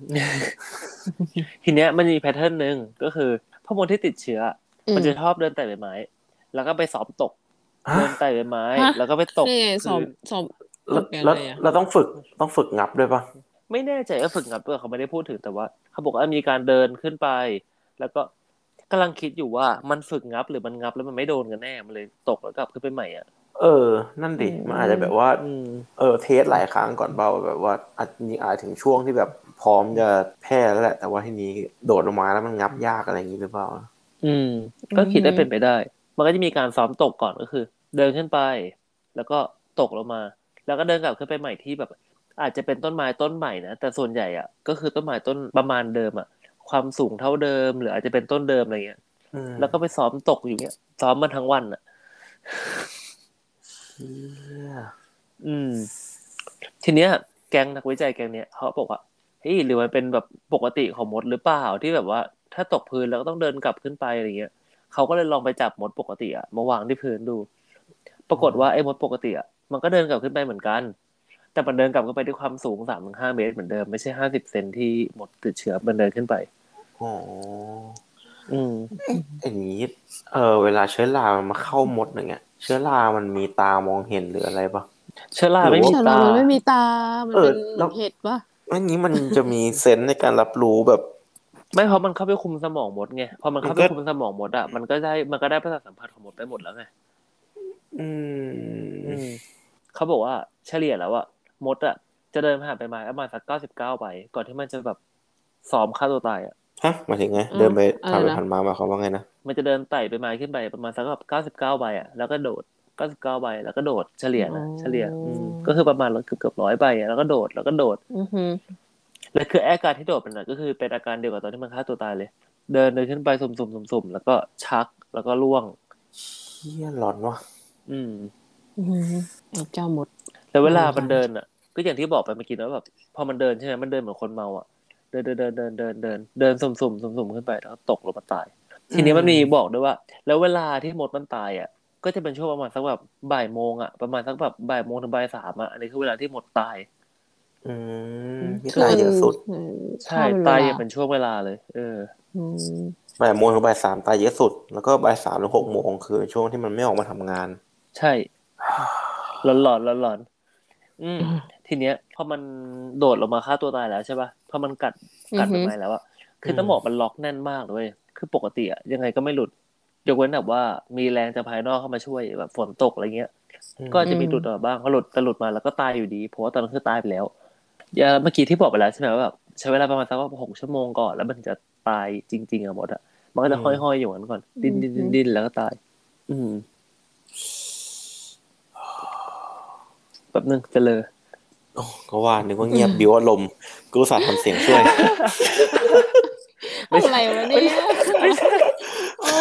ทีเนี้ยมันมีแพทเทิร์นหนึ่งก็คือพวกมดที่ติดเชื้ออมมันจะชอบเดินไต่ใบไม้ แล้วก็ไปซ้อมตกฮะเดินไต่ใบไม้ฮะแล้วก็ไปตกนี่ไงสอบคือสอบตแล้วกยังแล้วไงอ่ะเราต้องฝึกต้องฝึกงับด้วยปะไม่แน่ใจว่าฝึกงับด้วยเขาไม่ได้พูดถึงแต่ว่าเขาบอกว่ามีการเดินขึ้นไป แล้วก็กำลังคิดอยู่ว่ามันฝึกงับหรือมันงับแล้วมันไม่โดนกันแน่มันเลยตกแล้วกลับขึ้นไปใหม่อ่ะเออ นั่นดิอืมมันอาจจะแบบว่าอืมเออ เทสหลายครั้งก่อนเปล่าแบบว่าอาจมีอาจถึงช่วงที่แบบพร้อมจะแพร่แล้วแหละ แต่ว่าทีนี้โดดลงมาแล้วมันงับยากอะไรอย่างนี้หรือเปล่าอืม ก็คิดได้เป็นไปได้ มันก็จะมีการซ้อมตกก่อนก็คือ เดินขึ้นไป แล้วก็ตกลงมา แล้วก็เดินกลับขึ้นไปใหม่ที่แบบ อาจจะเป็นต้นไม้ต้นใหม่นะแต่ส่วนใหญ่อ่ะก็คือต้นไม้ต้นประมาณเดิมอ่ะความสูงเท่าเดิม หรืออาจจะเป็นต้นเดิมอะไรเงี้ยอืมแล้วก็ไปซ้อมตกอยู่เนี้ยซ้อมมันทั้งวันอ่ะเชี่ยอืม ทีเนี้ย แก๊งนักวิจัยแก๊งเนี้ยเขาบอกว่าเฮ้ยหรือมันเป็นแบบปกติของมดหรือเปล่าที่แบบว่า ถ้าตกพื้นแล้วก็ต้องเดินกลับขึ้นไปอะไรเงี้ยเขาก็เลยลองไปจับมดปกติอ่ะมาวางที่พื้นดู ปรากฏว่าไอ้มดปกติอ่ะมันก็เดินกลับขึ้นไปเหมือนกัน แต่มันเดินกลับขึ้นไปด้วยความสูงสามถึงห้าเมตรเหมือนเดิมไม่ใช่ห้าสิบเซนที่มดติดเชื้อมันเดินขึ้นไปอ๋ออืมอย่างนี้ เออ เวลาเชื้อรามันมาเข้ามดอย่างเงี้ย เชื้อรามันมีตามองเห็นหรืออะไรปะเชื้อราหรือไม่ว่ามีเชื้อราตามันไม่มีตา มันเออเป็นเหแล้มือวนเห็ดปะอันนี้มันจะมีเซนส์ในการรับรู้แบบไม่เพราะมันเข้าไปคุมสมองมดไงพอมันเข้ามันไปก็คุมสมองมดอ่ะมันก็ได้มันก็ได้ประสาทสัมผัสของมดไปหมดแล้วไงอือืมมเขาบอกว่าเฉลี่ยแล้วอะมดอะจะเดินผ่านไปมาประมาณสักเก้าสิบเก้าใบก่อนที่มันจะแบบซ้อมฆ่าตัวตายอะฮะหมายถึงไงอ้าวเดินไปอะไรผ่านไปนะผ่านมาหมายความว่าไงนะมันจะเดินไต่ไปไม้ขึ้นไปประมาณสักแบบเก้าสิบเก้าใบอะแล้วก็โดดเก้าสิบเก้าใบแล้วก็โดดเฉลี่ยนะเฉลี่ยอืมก็คือประมาณเกือบเกือบร้อยใบอะแล้วก็โดดแล้วก็โดดอือหือแล้วคืออาการที่โดดมันอะก็คือเป็นอาการเดียวกับตอนที่มันฆ่าตัวตายเลย เดินเดินขึ้นไปสุ่มๆสุ่มๆแล้วก็ชักแล้วก็ล่วงเชี่ยหลอนว่ะอืมอือหือไอ้เจ้ามดแล้วเวลาน่ารำคาญมันเดินอ่ะ ก็อย่างที่บอกไปเมื่อกี้นะแบบพอมันเดินใช่ไหมมันเดินเหมือนคนเมาอ่ะ เดินเดินเดินเดินเดินเดินเดินสุ่มสุ่มสุ่มสุ่มขึ้นไปแล้วก็ตกลงมาตาย ทีนี้มันมีบอกด้วยว่า แล้วเวลาที่มดมันตายอ่ะ ก็จะเป็นช่วงประมาณสักแบบบ่ายโมงอ่ะประมาณสักแบบบ่ายโมงถึงบ่ายสามอ่ะอันนี้คือเวลาที่มดตายอืมที่คือตายมันเยอะสุดใช่ตายอย่างเป็นช่วงเวลาเลยเอออืมบ่ายโมงถึงบ่ายสามตายเยอะสุด แล้วก็บ่ายสามถึงหกโมงคือช่วงที่มันไม่ออกมาทำงานใช่หลอนหลอนหลอนหลอนอืมทีเนี้ยพอมันโดดลงมาฆ่าตัวตายแล้วใช่ป่ะพอมันกัดกัดใบไม้แล้วอะคือต้องบอกมันล็อกแน่นมากเลยคือปกติอะยังไงก็ไม่หลุดยกเว้นแบบว่ามีแรงจากภายนอกเข้ามาช่วยแบบฝนตกอะไรเงี้ย ก็จะมีหลุดออกมาบ้างก็หลุดแต่หลุดมาแล้วก็ตายอยู่ดีเพราะว่าตอนนั้นคือตายไปแล้วอย่าเมื่อกี้ที่บอกไปแล้วใช่ไหมว่าแบบใช้เวลาประมาณสักว่าหกชั่วโมงก่อนแล้วมันจะตายจริงๆอะหมดอะมันก็จะห้อยๆอยู่งั้นก่อนดิ้นดิ้นดิ้นดิ้นแล้วก็ตาย อืมแบบนึงจะเลยโอ้ก็ว่านึกว่าเงียบบิวอารมณ์กูอุตส่าห์ทำเสียงช่วยอะไรวะเนี่ยไม่ใช่โอ้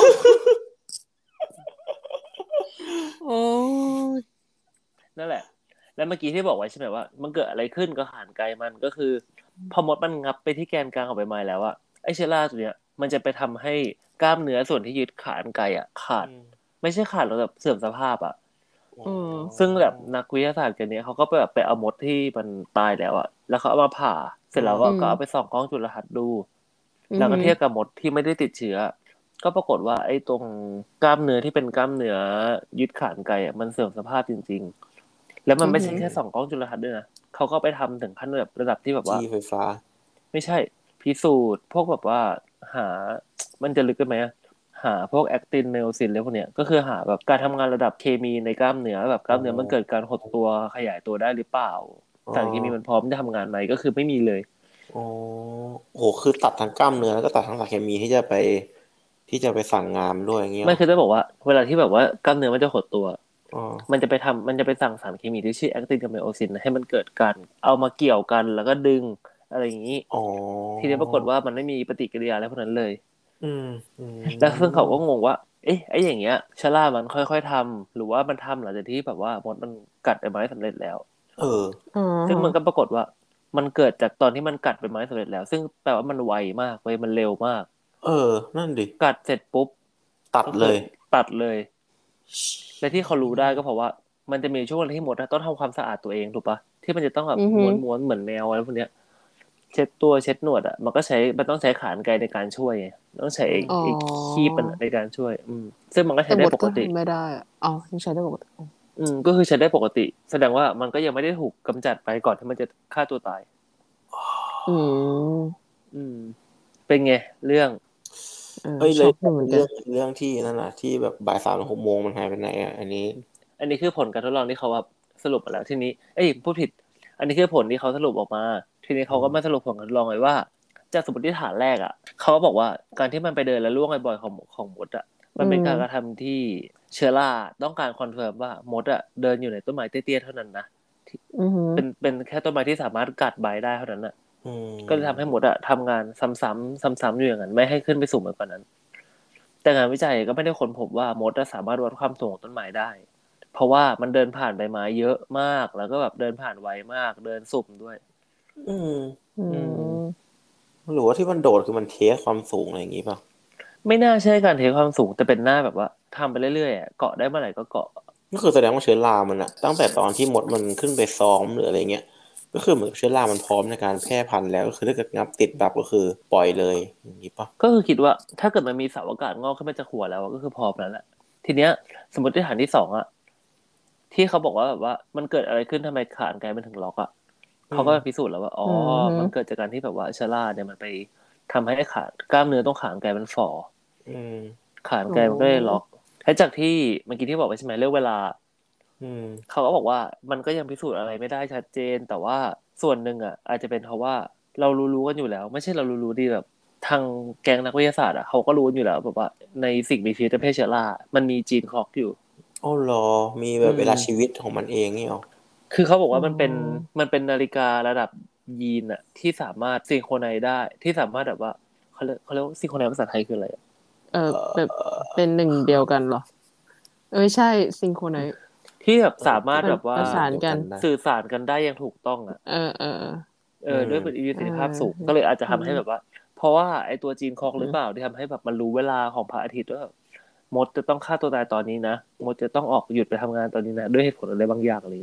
โอ้ยนั่นแหละ แล้วเมื่อกี้ที่บอกไว้ใช่ไหมว่ามันเกิดอะไรขึ้นก็ขานไกลมันก็คือพอมดมันงับไปที่แกนกลางของใบไม้แล้วอะไอเชื้อราตัวเนี้ยมันจะไปทำให้กล้ามเนื้อส่วนที่ยึดขานไกลอะขาดไม่ใช่ขาดหรอกแบบเสื่อมสภาพอะอืมซึ่งแบบนักวิทยาศาสตร์กันเนี้ยเขาก็ไปแบบไปเอามดที่มันตายแล้วอะแล้วเขาเอามาผ่าเสร็จแล้วก็เอาไปส่องกล้องจุลทรรศน์ดู แล้วก็เทียบกับมดที่ไม่ได้ติดเชื้อ ก็ปรากฏว่าไอ้ตรงกล้ามเนื้อที่เป็นกล้ามเนื้อยึดขานไกอะมันเสื่อมสภาพจริง ๆ แล้วมันไม่ใช่แค่ส่องกล้องจุลทรรศน์ด้วยนะเขาก็ไปทำถึงขั้นแบบระดับที่แบบว่าจี้ไฟฟ้าไม่ใช่พิสูจน์พวกแบบว่าหา มันจะลึกกันไหมอะหาพวกแอคตินไมโอซินแล้วพวกเนี้ยก็คือหาแบบการทำงานระดับเคมีในกล้ามเนื้อแบบกล้ามเนื้อมันเกิดการหดตัวขยายตัวได้หรือเปล่าอ๋อสารเคมีมันพร้อมจะทำงานไหมก็คือไม่มีเลยอ๋อโหคือตัดทั้งกล้ามเนื้อแล้วก็ตัดทั้งสารเคมีที่จะไปที่จะไปสั่งงานด้วยอย่างเงี้ยไม่คือจะบอกว่าเวลาที่แบบว่ากล้ามเนื้อมันจะหดตัวอ๋อมันจะไปทำมันจะไปสั่งสารเคมีที่ชื่อแอคตินกับไมโอซินให้มันเกิดการเอามาเกี่ยวกันแล้วก็ดึงอะไรอย่างนี้อ๋อทีนี้ปรากฏว่ามันไม่มีปฏิกิริยาอะไรพวกนั้นเลยอืมอืมแล้วซึ่งเขาก็งงว่า เอ๊ะไอ้อย่างเงี้ยชะล่ามันค่อยๆทำหรือว่ามันทำหลังจากที่แบบว่ามดมันกัดใบไม้สำเร็จแล้วเอออ๋อซึ่งมันก็ปรากฏว่า มันเกิดจากตอนที่มันกัดใบไม้สำเร็จแล้ว ซึ่งแปลว่ามันไวมากเว้ยมันเร็วมากเออ นั่นดิกัดเสร็จปุ๊บตัดก็คือเลยตัดเลย และที่เขารู้ได้ก็เพราะว่า มันจะมีช่วงเวลาที่มดอะต้องทำความสะอาดตัวเองถูกปะที่มันจะต้องแบบอือฮึม้วนๆเหมือนแมวอะไรพวกเนี้ย เช็ดตัวเช็ดหนวดอ่ะมันก็ใช้มันต้องใช้ขานไกรในการช่วยไงต้องใช้ไอ้อ๋อไอ้คีบมันอะในการช่วย อืมซึ่งมันก็ใช้แต่ได้มดปกก็ติทำไม่ได้อะอ๋อยังใช้ได้ปกติอืมก็คือใช้ได้ปกติ แสดงว่ามันก็ยังไม่ได้ถูกกำจัดไปก่อนที่มันจะฆ่าตัวตายอืมอืม เป็นไงเรื่องเออเอ้ยชเลอย บอยู่เหมือนกัเรื่นองเรื่องที่นั่นน่ะที่แบบบ่ายสามถึงหกโมงมันหายไปไหนอ่ะอันนี้อันนี้คือผลการทดลองที่เขาว่าสรุปมาแล้วทีนี้ เอ้ยพูดผิด อันนี้คือผลที่เขาสรุปออกมา ทีนี้เขาก็มาสรุปผลการทดลองไว้ว่า จากสมมติฐานแรกอ่ะเขาก็บอกว่าการที่มันไปเดินและล่วงบ่อยๆของของมดอ่ะมันเป็นการกระทำที่เชื้อราต้องการคอนเฟิร์มว่ามดอ่ะเดินอยู่ในต้นไม้เตี้ยๆเท่านั้นนะอือฮึเป็นเป็นแค่ต้นไม้ที่สามารถกัดใบได้เท่านั้นอ่ะอืมก็เลยทำให้มดอะทำงานซ้ำๆซ้ำๆอยู่อย่างนั้นไม่ให้ขึ้นไปสูงไปกว่านั้น แต่งานวิจัยก็ไม่ได้ค้นพบว่ามดอะสามารถวัดความสูงของต้นไม้ได้ เพราะว่ามันเดินผ่านใบไม้เยอะมากแล้วก็แบบเดินผ่านไวมากเดินสุ่มด้วยอืมอืมหรือว่าที่มันโดดคือมันเทสความสูงอะไรอย่างงี้ป่ะไม่น่าใช่การเทความสูงแต่เป็นหน้าแบบว่าทำไปเรื่อยๆอะเกาะได้เมื่อไหร่ก็เกาะก็คือแสดงว่าเชื้อรามันอะตั้งแต่ตอนที่มดมันขึ้นไปซ้อมหรืออะไรเงี้ย ก็คือเหมือนเชื้อรามันพร้อมในการแพร่พันธุ์แล้วก็คือถ้าเกิดงับติดแบบก็คือปล่อยเลยอย่างงี้ป่ะก็คือคิดว่าถ้าเกิดมันมีเสาอากาศงอกขึ้นมาจากหัวแล้วอะก็คือพร้อมแล้วแหละทีเนี้ย สมมติฐานที่สองอะที่เขาบอกว่าแบบว่ามันเกิดอะไรขึ้นทำไมขานไกลมันถึงล็อกอะเขาก็พิสูจน์แล้วว่าอ๋ออือฮึมันเกิดจากการที่แบบว่าเชื้อราเนี่ยมันไปทำให้ขากล้ามเนื้อตรงขานไกลมันฝ่ออืมขานไกลมันก็เลยล็อกและจากที่เมื่อกี้ที่บอกไปใช่ไหมเรื่องเวลาอืมเขาก็บอกว่ามันก็ยังพิสูจน์อะไรไม่ได้ชัดเจน แต่ว่าส่วนหนึ่งอ่ะอาจจะเป็นเพราะว่าเรารู้ๆกันอยู่แล้ว ไม่ใช่เรารู้ๆดีแบบทางแก๊งนักวิทยาศาสตร์อ่ะเขาก็รู้อยู่แล้วแบบว่าในสิ่งมีชีวิตประเภทเชื้อรา มันมีจีนคล็อกอยู่อ๋อเหรอ มีแบบอืมเวลาชีวิตของมันเองนี่หรอคือเขาบอกว่ามันเป็นอ๋อมันเป็นนาฬิการะดับยีนอ่ะที่สามารถซิงโครไนซ์ได้ที่สามารถแบบว่าเขาเรียกเขาเรียกว่าซิงโครไนซ์ภาษาไทยคืออะไรอะเออแบบเป็นหนึ่งเดียวกันเหรอ เอ้ยใช่ซิงโครไนซ์ที่แบบสามารถแบบว่าประสานกันได้สื่อสารกันได้อย่างถูกต้องอ่ะเออเออเออด้วยประสิทธิภาพสูงเออก็เลยอาจจะทำให้แบบว่า เพราะว่าไอตัวจีนคอกหอืมรือเปล่าที่ทำให้แบบมันรู้เวลาของพระอาทิตย์ว่าแบบมดจะต้องฆ่าตัวตายตอนนี้นะมดจะต้องออกหยุดไปทำงานตอนนี้นะด้วยเหตุผลอะไรบางอย่างอะไรเงี้ย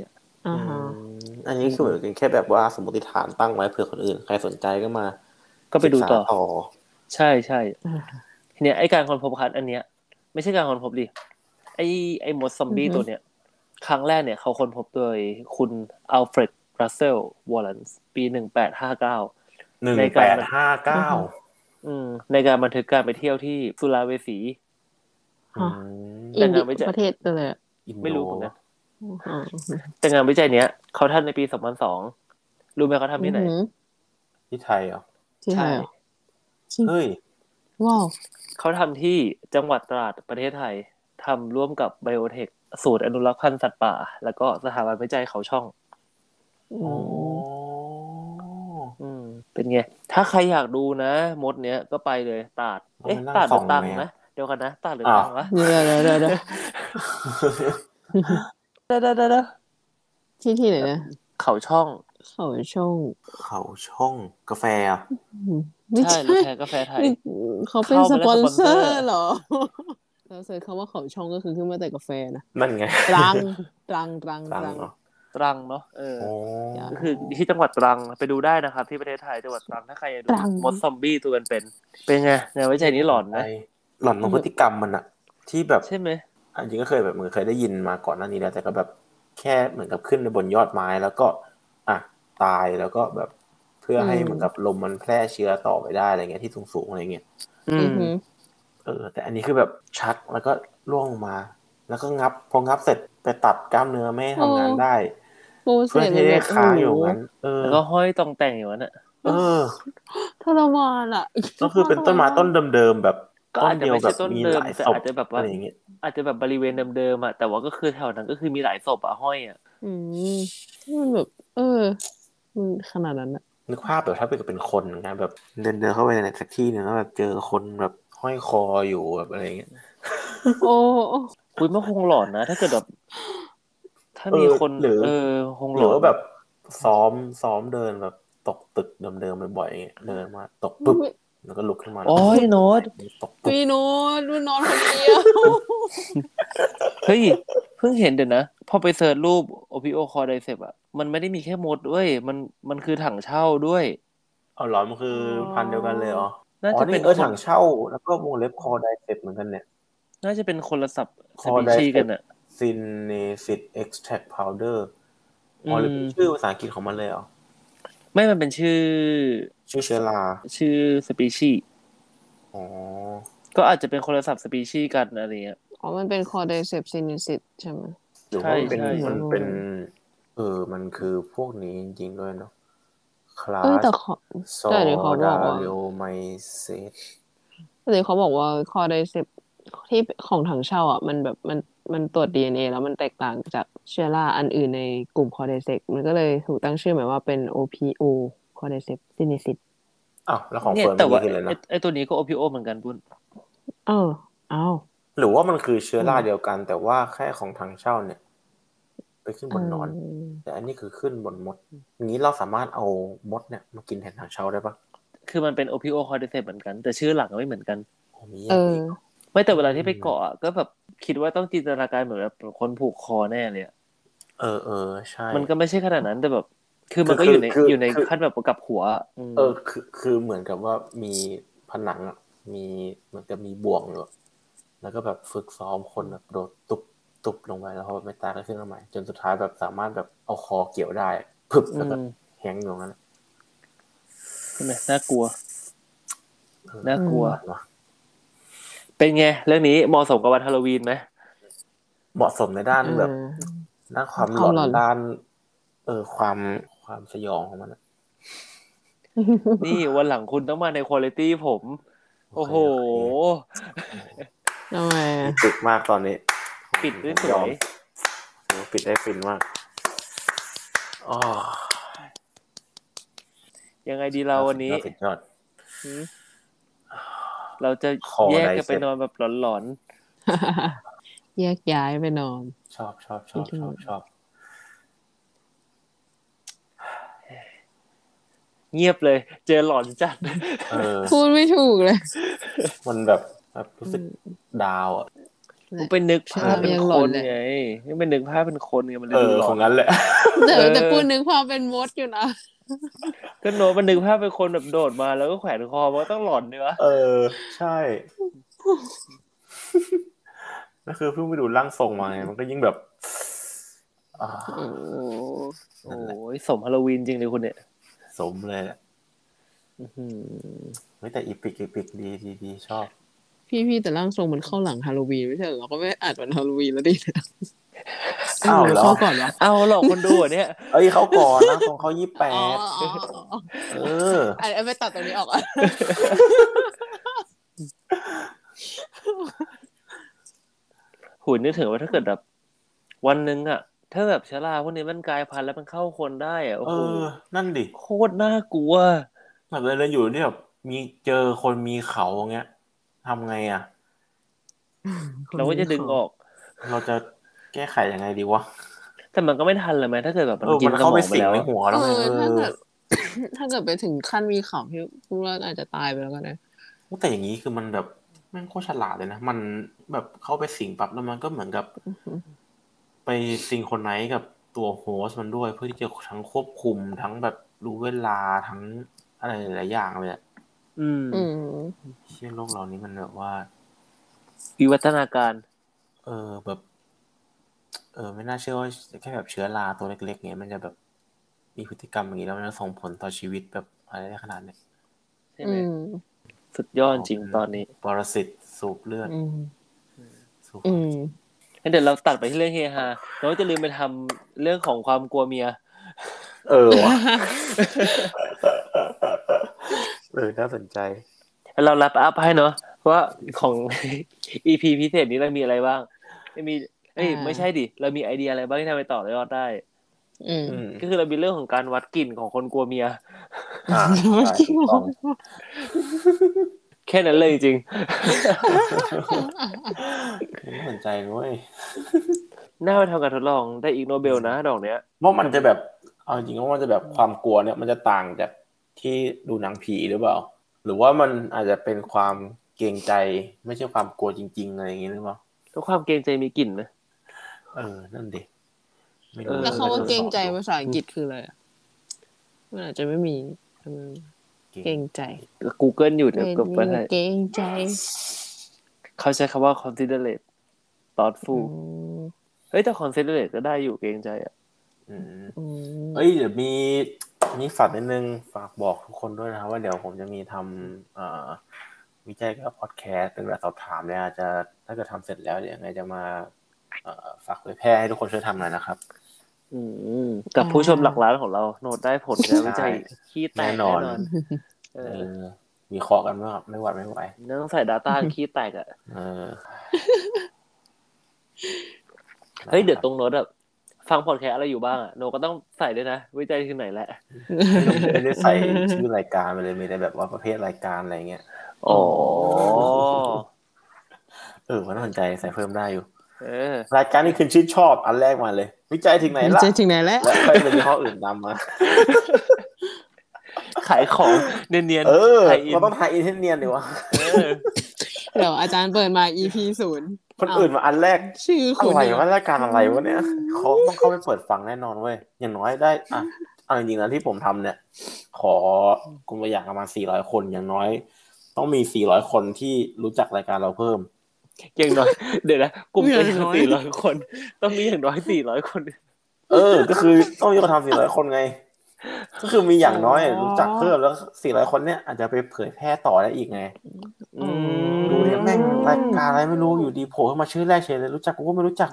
อ่าฮะอันนี้คือเหมือนกันแค่แบบว่าสมมติฐานตั้งไว้เผื่อคนอื่นใครสนใจก็มาก็ไปดูต่อต่อใช่ใช่ทีเนี้ยไอการค้นพบคัดอันเนี้ยไม่ใช่การค้นพบดิไอไอมดซอมบี้ตัวเนี้ยครั้งแรกเนี่ยเขาค้นพบโดยคุณอัลเฟรดรัสเซลวอลเลนส์ปีหนึ่งแปดห้าเก้าหนึ่งแปดห้าเก้าอืมในการบันทึกการไปเที่ยวที่สุราเวสีอินเดียประเทศอะไรอ่ะไม่รู้เหมือนกันแต่งานวิจัยเนี้ยเขาทำในปีสองพันสองรู้ไหมเขาทำที่ไหนที่ไทยเหรอที่ไทยเหรอเฮ้ยว้าวเขาทำที่จังหวัดตราดประเทศไทยทำร่วมกับไบโอเทคศูนย์อนุรักษ์พันธุ์สัตว์ป่าแล้วก็สถาบันวิจัยเขาช่องอ๋ออืมเป็นไงถ้าใครอยากดูนะมดเนี้ยก็ไปเลยตราดเอ๊ะตราดหรือตังนะเดี๋ยวกันนะตราดหรือตังวะเดี๋ยวเดี๋ยวเดี๋ยวเดี๋ยวเดี๋ยวเดี๋ยวเดี๋ยวที่ที่ไหนนะเขาช่องเขาช่องเขาช่องกาแฟอ่ะไม่ใช่รถแทนกาแฟไทยเขาเป็นสปอนเซอร์เหรอเราเสิร์ชคำว่าเขาช่องก็คือขึ้นมาแต่กาแฟนะนั่นไงตรังตรังตรังตรังตรังเนาะเออก็คือที่จังหวัดตรังไปดูได้นะครับที่ประเทศไทยจังหวัดตรังถ้าใครอยากดูมดซอมบี้ตัวเป็นๆเป็นไงงานวิจัยนี้หลอนไหมหลอนของพฤติกรรมมันอะที่แบบใช่ไหมจริงก็เคยแบบเหมือนเคยได้ยินมาก่อนหน้านี้แล้วแต่ก็แบบแค่เหมือนกับขึ้นไปบนยอดไม้แล้วก็อ่ะตายแล้วก็แบบเพื่อให้เหมือนกับลมมันแพร่เชื้อต่อไปได้อะไรเงี้ยที่สูงๆอะไรเงี้ยอืมเออแต่อันนี้คือแบบชักแล้วก็ร่วงลงมาแล้วก็งับพองับเสร็จไปตัดกล้ามเนื้อไม่ให้ทำงานได้เพื่อให้ได้ค้างอยู่งั้นเออแล้วก็ห้อยตองแต่งอยู่นั่นอ่ะเออทรมานอ่ะก็คือเป็นต้นไม้ต้นเดิมๆแบบก็อาจจะไม่ใช่ต้นเดิมแต่อาจจะแบบว่าอะไรอย่างเงี้ยอาจจะแบบบริเวณเดิมๆอ่ะแต่ว่าก็คือแถวนั้นก็คือมีหลายศพอ่ะห้อยอ่ะอืมมันแบบเออมันขนาดนั้นอ่ะนึกภาพแบบถ้าเป็นเป็นคนนะแบบเดินเดินเข้าไปในสักที่หนึ่งแล้วแบบเจอคนแบบห้อยคออยู่แบบอะไรอย่างเงี้ยโอ้คุยมันคงหลอนนะถ้าเกิดแบบถ้ามีคนเออคงหลอนหรือว่าแบบซ้อมซ้อมเดินแบบตกตึกเดิมๆบ่อยๆอย่างเงี้ยเดินมาตกปุ๊บแล้วก็ลุกขึ้นมาโอ้ยโน้ตตกพี่โน้ตมันนอนคนเดียวเฮ้ยเพิ่งเห็นเดี๋ยวนะพอไปเสิร์ชรูปโอพิโอคอร์ไดเซปอ่ะมันไม่ได้มีแค่มดด้วยมันมันคือถังเช่าด้วยเอาหรอมันคือพันเดียวกันเลยเหรอน่าจะเป็นเออถังเช่าแล้วก็วงเล็บคอไดเซปเหมือนกันเนี่ยน่าจะเป็นคนละสับสปีชีส์กันอ่ะซินเนซิตเอ็กซ์แทรคพาวเดอร์อ๋อหรือเป็นชื่อภาษาอังกฤษของมันเลยเหรอไม่มันเป็นชื่อชื่อเชื้อราชื่อสปีชีส์อ๋อก็อาจจะเป็นคนละสับสปีชีส์กันอะไรเงี้ยอ๋อมันเป็นคอไดเซปซินิซิตใช่ไหมหรือว่ามันเป็นมันเป็นเออมันคือพวกนี้จริงๆด้วยเนาะคลาสโซดาเรโอไมเซตแต่เดี๋ยวเขาบอกว่าคอไดเซปที่ของถังเช่าอ่ะมันแบบมันมันตรวจ ดี เอ็น เอ แล้วมันแตกต่างจากเชื้อราอันอื่นในกลุ่มคอไดเซปมันก็เลยถูกตั้งชื่อหมายว่าเป็น โอ พี โอ คอไดเซปซินิซิตอ้าวแล้วของเฟิร์นแต่ว่าคืออะไรนะไอตัวนี้ก็ โอ พี โอ เหมือนกันปุ้นเอออ้าวหรือว่ามันคือเชื้อราเดียวกันแต่ว่าแค่ของถังเช่าเนี่ยไปขึ้นบนนอนแต่อันนี้คือขึ้นบนมดอย่างนี้เราสามารถเอามดเนี่ยมากินแทนถังเช่าได้ปะคือมันเป็น โอ พี โอ คอร์ดิเซปเหมือนกันแต่ชื่อหลังไม่เหมือนกันเออไม่แต่เวลาที่ไปเกาะก็แบบคิดว่าต้องจินตนาการเหมือนแบบคนผูกคอแน่เลยเออเออใช่มันก็ไม่ใช่ขนาดนั้นแต่แบบคือมันก็อยู่ในอยู่ในขั้นแบบกับหัวเออคือคือเหมือนกับว่ามีผนังอ่ะมีเหมือนกับมีบ่วงอยู่แล้วก็แบบฝึกซ้อมคนแบบโดดตุบตุบลงไปแล้วพอไม่ตายก็ขึ้นมาใหม่จนสุดท้ายแบบสามารถแบบเอาคอเกี่ยวได้พึบแล้วก็แฮงอยู่งั้นใช่ไหมน่ากลัวน่ากลัวเป็นไงเรื่องนี้เหมาะสมกับวันฮาโลวีนไหมเหมาะสมในด้านแบบด้านความหลอนด้านเออความความสยองของมันนี่วันหลังคุณต้องมาในควอลิตี้ผมโอ้โหทำไมปิดมากตอนนี้ปิดด้วยสวยปิดได้ฟินมากอ๋อยังไงดีเราวันนี้เราจะแยกกันไปนอนแบบหลอนๆแยกย้ายไปนอนชอบชอบชอบชอบชอบเงียบเลยเจอหลอนจัดพูดไม่ถูกเลยมันแบบรู้สึกดาวอ่ะมันเป็นนึกภาพเป็นคนไงนี่เป็นนึกภาพเป็นคนไงมันเลยดูหลอนเออของนั้นแหละแต่แต่พูดนึกภาพเป็นมดอยู่นะก็โน้ตมันนึกภาพเป็นคนแบบโดดมาแล้วก็แขวนคอมันก็ต้องหลอนดิวะเออใช่นั่นคือเพิ่งไปดูร่างทรงมาไงมันก็ยิ่งแบบอ่าโอ้โหสมฮาโลวีนจริงเลยคุณเนี่ยสมเลยแหละอื้อหือเฮ้ยแต่อีพิกอีพิกดีดีดีชอบพี่พี่แต่ร่างทรงมันเข้าหลังฮาโลวีนไม่ใช่เหรอเราก็ไม่อัดวันฮาโลวีนแล้วดิอ้าวเหรอเข้าก่อนวะเอาหลอกคนดูอ่ะเนี่ยเอ้ยเขาก่อนนะของเขายี่สิบแปอ๋อดอ๋ออ๋อเอออันนี้ไม่ตัดตรงนี้ออกอ่ะหุ่นนึกถึงว่าถ้าเกิดแบบวันหนึ่งอ่ะถ้าแบบชราพวกนี้มันกลายพันธุ์แล้วมันเข้าคนได้อ่ะโอ้เอโหอนั่นดิโคตรน่ากลัวแบบเลยเลยอยู่ที่แบบมีเจอคนมีเขาอย่างเงี้ยทำไงอ่ะเราก็จะดึงออกเราจะแก้ไขยังไงดีวะแต่มันก็ไม่ทันเลยไหมถ้าเกิดแบบมันเออกินมันสเข้าม ไปองไปสิงแล้วในอะหัวแล้วเอไงอเอถ้าอเกิด ถ้าเกิดไปถึงขั้นมีเขาพี่พูดว่าอาจจะตายไปแล้วก็ได้แต่อย่างนี้คือมันแบบแม่งโคตรฉลาดเลยนะมันแบบเข้าไปสิงปั๊บแล้วมันก็เหมือนกับ ไปซิงโครไนซ์กับตัวโฮสต์มันด้วยเพื่อที่จะทั้งควบคุมทั้งแบบรู้เวลาทั้งอะไรหลายๆอย่างเลยอะอืมอืมเชื่อโลกเรานี้มันแบบว่าวิวัฒนาการเออแบบ เออ ไม่น่าเชื่อว่าแค่แบบเชื้อราตัวเล็กๆเงี้ยมันจะแบบมีพฤติกรรมอย่างนี้แล้วมันจะส่งผลต่อชีวิตแบบอะไรได้ขนาดนี้ใช่ไหมอืมสุดยอดจริงตอนนี้ปรสิตสูบเลือดอืมสูบอืมงั้นเดี๋ยวเราตัดไปที่เรื่องเฮฮาเราจะลืมไปทำเรื่องของความกลัวเมียเออว่ะ เออน่าสนใจเรารับอัพให้เนาะว่าของ อี พี พิเศษนี้เรามีอะไรบ้างไม่มีเอ้ยอ่าไม่ใช่ดิเรามีไอเดียอะไรบ้างที่ทำไปต่อยอดได้อืมอืมก็คือเรามีเรื่องของการวัดกลิ่นของคนกลัวเมียอ่าใช่ถูกต้องแค่นั้นเลยจริงน่าสนใจเว้ยๆ น่าไปทำการทดลองได้อีกโนเบลนะดอกเนี้ยว่ามันจะแบบเอาจริงๆว่ามันจะแบบความกลัวเนี่ยมันจะต่างจากที่ดูหนังผีหรือเปล่า หรือว่ามันอาจจะเป็นความเกรงใจไม่ใช่ความกลัวจริงๆอะไรอย่างงี้หรือเปล่าแล้วความเกรงใจมีกลิ่นไหมเออนั่นดิไม่เอรู้อแล้วเขาว่าเกรงใจลยภาษาอังกฤษคืออะไรอะมันอาจจะไม่มีอืมเกรงใจ Google อยู่เดี๋ยวไม่กดไปมีให้เกรงใจเขาใช้คำว่า considerate อื thoughtful มเฮ้ยแต่ considerate ก็ได้อยู่เกรงใจอ่ะอืมอืมเอ้ยเดี๋ยวมีมีฝากนิดนึงฝากบอกทุกคนด้วยนะครับว่าเดี๋ยวผมจะมีทำเอ่อวิจัยกับพอดแคสต์เป็นแบบสอบถามเนี่ยอาจจะถ้าเกิดทำเสร็จแล้วเดี๋ยวยังไงจะมาเอ่อฝากเผยแพร่ให้ทุกคนช่วยทำหน่อยนะครับอืมกับผู้ชมหลักล้านของเราโน้ตได้ผลงานวิจัยขี้แตกแน่แน่นนออน น เอเอออมีเคราะห์กันไม่ไม่หวัดไม่ไหวต้องใส่ data ขี้แตกอ่ะเออเฮ้ยเดี๋ยวตรงโน้ตแบบฟังพอดแคสต์อะไรอยู่บ้างอ่ะโนก็ต้องใส่ด้วยนะ วิจัยที่ไหนแหละไม่ได้ใส่ชื่อรายการไปเลยมีแต่แบบว่าประเภทรายการอะไรเงี้ยอ๋อเออมันน่าสนใจใส่เพิ่มได้อยู่เออรายการที่คุณชื่นชอบอันแรกมาเลย วิจัยถึงไหนวิละจัยถึงไหนแล้วและค่อยเป็นยี่ห้ออื่นตามมาขายของเนียนเออๆไทยอินเราต้องถ่ายอินให้เนียนดีวะเออเดี๋ยวอาจารย์เปิดมา อี พี ศูนย์คนอื่นมาอันแรกชื่ออะคุณไรเนี่ยวะรายการอะไรวะเนี่ยเขาต้องเข้าไปเปิดฟังแน่นอนเว้ยอย่างน้อยได้อ่ะเอาจริงๆนะที่ผมทำเนี่ย ขอกลุ่มตัวอย่างประมาณสี่ร้อยคนอย่างน้อย ต้องมีสี่ร้อยคนที่รู้จักรายการเราเพิ่มอย่างน้อยเดี๋ยวนะกลุ่มตัวอย่างสี่ร้อยคน ต้องมีอย่างน้อยสี่ร้อยคนเออ ก็คือต้องมีคนทำสี่ร้อยคนไง ก็คือมีอย่างน้อยรู้จักเพิ่มแล้วสี่ร้อยคนเนี่ยอาจจะไปเผยแพร่ต่อได้อีกไงอืมดูเนี่ยแม่งรายการอะไรไม่รู้อยู่ดีโผล่ขึ้นมาชื่อแรกเฉยเลยรู้จักกูก็ไม่รู้จัก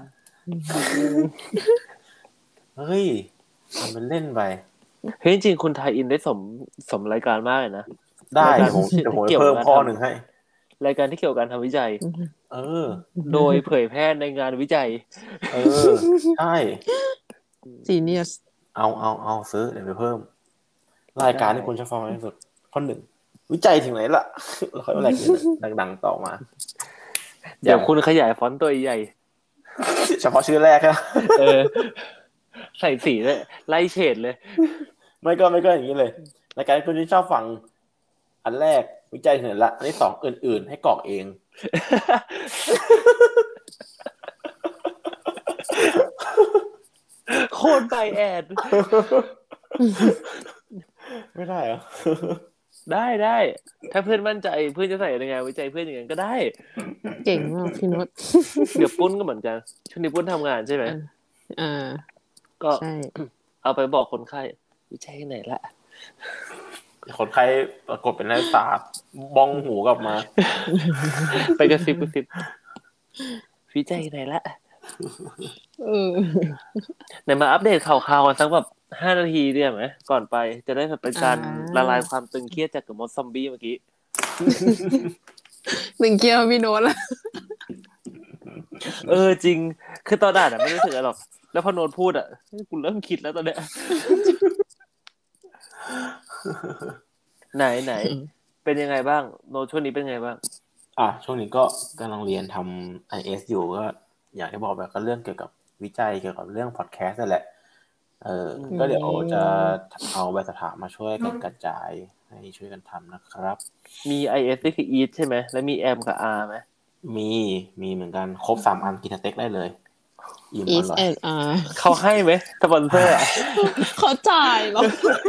เฮ้ยทำเป็นเล่นไปเฮ้ยจริงๆคุณไทยอินได้สมสมรายการมากเลยนะได้รายการเดี๋ยวผมเดี๋ยวผมเกี่ยวกับเพิ่มการข้อทำหนึ่งให้รายการที่เกี่ยวกับการทำวิจัยเออโดยเผยแพร่ในงานวิจัยเออ ใช่ซีเนียสเอาเอาเอาซื้อเดี๋ยวไปเพิ่ม รายการที่คุณชอบฟังมากที่สุดข้อหนึ่งวิจัยถึงไหนล่ะ แล้วค่อยอะไรกันดังๆต่อมาเดี๋ยวคุณขยายฟอนต์ตัวใหญ่เฉพาะชื่อแรกนะเออ ใส่สีเลยไล่เฉดเลยไม่ก็ไม่ก็อย่างนี้เลยรายการที่คุณชอบฟังอันแรกวิจัยถึงไหนละอันที่สองอื่นๆให้กรอกเองโคตรไบแอดไม่ได้เหรอได้ได้ถ้าเพื่อนมั่นใจเพื่อนจะใส่ในงานวิจัยเพื่อนอย่างนั้นก็ได้เก่งมากพี่นุชเดี๋ยวปุ้นก็เหมือนกันช่วงนี้ปุ้นทำงานใช่ไหมอ่าก็ใช่เอาไปบอกคนไข้วิจัยไหนละคนไข้ปรากฏเป็นนักศึกษาบ้องหูกลับมาไปกระซิบกระซิบวิจัยไหนละเออไหนมาอัปเดตข่าวๆกันสักแบบห้านาทีได้ไหมก่อนไปจะได้แบบเป็นการอ่าละลายความตึงเครียดจากกับมดซอมบี้เมื่อกี้หนึ่งเกียวพี่โน้ตละเออจริงคือตอนด่านอะไม่รู้สึกอะไรหรอกแล้วพอโน้ตพูดอะกูเริ่มคิดแล้วตอนเนี้ย ไหนไหนเป็นยังไงบ้างโน้ตช่วงนี้เป็นยังไงบ้างอ่ะช่วงนี้ก็กำลังเรียนทำ ไอ เอส อยู่ก็อยากให้บอกแบบก็เรื่องเกี่ยวกับวิจัยเกี่ยวกับเรื่องพอดแคสต์นั่นแหละเออก็เดี๋ยวจะเอาใบสถามาช่วยกันกระจายให้ช่วยกันทำนะครับมี ไอ เอส นี่คือ eat ใช่ไหมแล้วมี M กับ R ไหมมีมีเหมือนกันครบสามอันกินสเต็กได้เลยอิ่มอีอสร่อยแอนอาร์เขาให้ไหมสปอนเซอร์อะเขาจ่ายเหรอ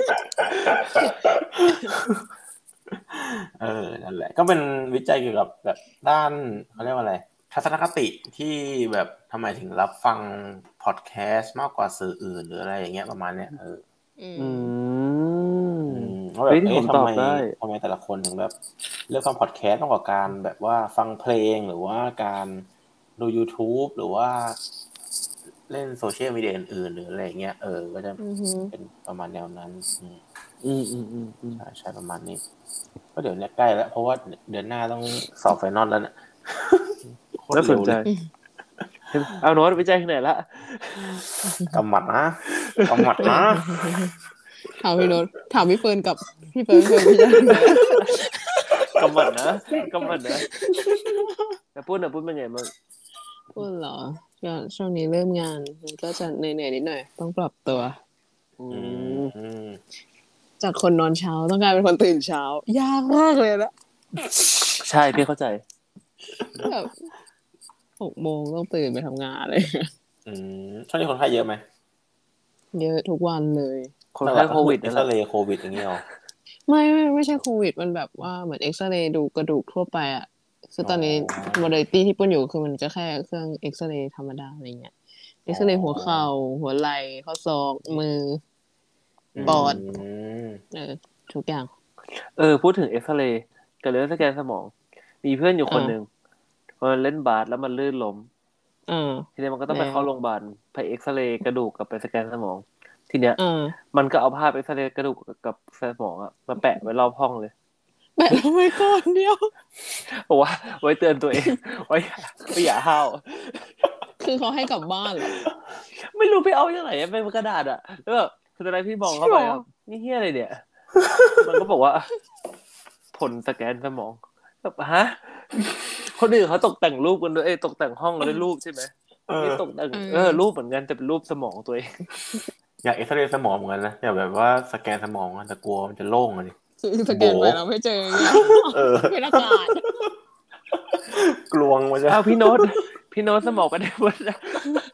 เออนั่นแหละก็เป็นวิจัยเกี่ยวกับแบบด้านเขาเรียกว่าอะไรทัศนคติที่แบบทำไมถึงรับฟังพอดแคสต์มากกว่าสื่ออื่นหรืออะไรอย่างเงี้ยประมาณเนี้ยเอออือืมมอืมว่าแบบเฮ้ยที่ผเอ๊ะมทำตอบไมได้ทำไมแต่ละคนถึงแบบเลือกฟังพอดแคสต์มากกว่าการแบบว่าฟังเพลงหรือว่าการดู YouTube หรือว่าเล่นโซเชียลมีเดียอื่นๆหรืออะไรอย่างเงี้ยเออก็จะอือฮึเป็นประมาณแนวนั้นอืมอืมอืมอืมอืมใช่ใช่ประมาณนี้ก็เดี๋ยวเนี้ยใกล้แล้วเพราะว่าเดือนหน้าต้องสอบไฟนอลแล้วเนี่ยโคตรน่าสเร็นวใจเลยเอาโน้ตวิจัยที่ไหนละกำหมัดนะกำหมัดนะถามพี่โน้ตถามพี่เฟิร์นกับพี่เฟิร์นเคยพี่ยังกำหมัดนะกำหมัดนะแต่พูดนะพูดเป็นไงบ้างพูดเหรอก็ช่วงนี้เริ่มงานมันก็จะเหนื่อยๆนิดหน่อยต้องปรับตัวอือืมมอืมจากคนนอนเช้าต้องกลายเป็นคนตื่นเช้ายากมากเลยนะใช่พี่เข้าใจแบบหกโมงต้องตื่นไปทำงานเลยอืมช่วงนี้คนไข้เยอะไหมเยอะทุกวันเลยคนไข้โควิดเอ็นั่กนซแหละเรย์โควิดอย่างเงี้ยหรอไม่ไม่ไม่ใช่โควิดมันแบบว่าเหมือนเอ็กซเรย์ดูกระดูกทั่วไปอ่ะคือตอนนี้โมเดลิตี้ที่ปุ้นอยู่คือมันก็แค่เครื่องเอ็กซเรย์ธรรมดาอะไรเงี้ยเอ็กซเรย์หัวเข่าหัวไหล่ข้อศอกมือ ปอดอืมเออทุกอย่างเออพูดถึงเอ็กซเรย์กับเรื่องสแกนสมอง มีเพื่อนอยู่คนอ่าหนึ่งมันเล่นบาสแล้วมันลื่นล้มอ่าทีนี้มันก็ต้องไปแล้วเข้าโรงพยาบาลไปเอ็กซเรย์กระดูกกับไปสแกนสมอง ทีเนี้ยอ่ามันก็เอาภาพเอ็กซเรย์กระดูกกับสมองอะมาแปะไว้รอบห้องเลยแปะทำไมก่อนเดียวบอกว่าไว้เตือนตัวเอง ไว้ไม่อย่าห้าวคือเขาให้กลับบ้านเหรอไม่รู้ไปเอาจากไหนเป็นกระดาษอะแล้วแบบคือตอนแรกพี่มองเข้าไปครับนี่เฮียอะไรเนี่ย มันก็บอกว่า ผลสแกนสมองแบบฮะคนอื่นเขาตกแต่งรูปกันด้วยเอ้ยตกแต่งห้องกันด้วยรูปใช่ไหมเออนี่ตกแต่งเออเออรูปเหมือนกันแต่เป็นรูปสมองตัวเองอยากเอ็กซเรย์สมองเหมือนกันนะอยากแบบว่าสแกนสมองอะแต่กลัวมันจะโล่งอะดิคือสแกนไปแล้วไม่เจออย่างเงี้ยเออเป็นอากาศกลวงมันจะอ้าวพี่โน้ตพี่โน้ตสมองไปได้หมดแล้ว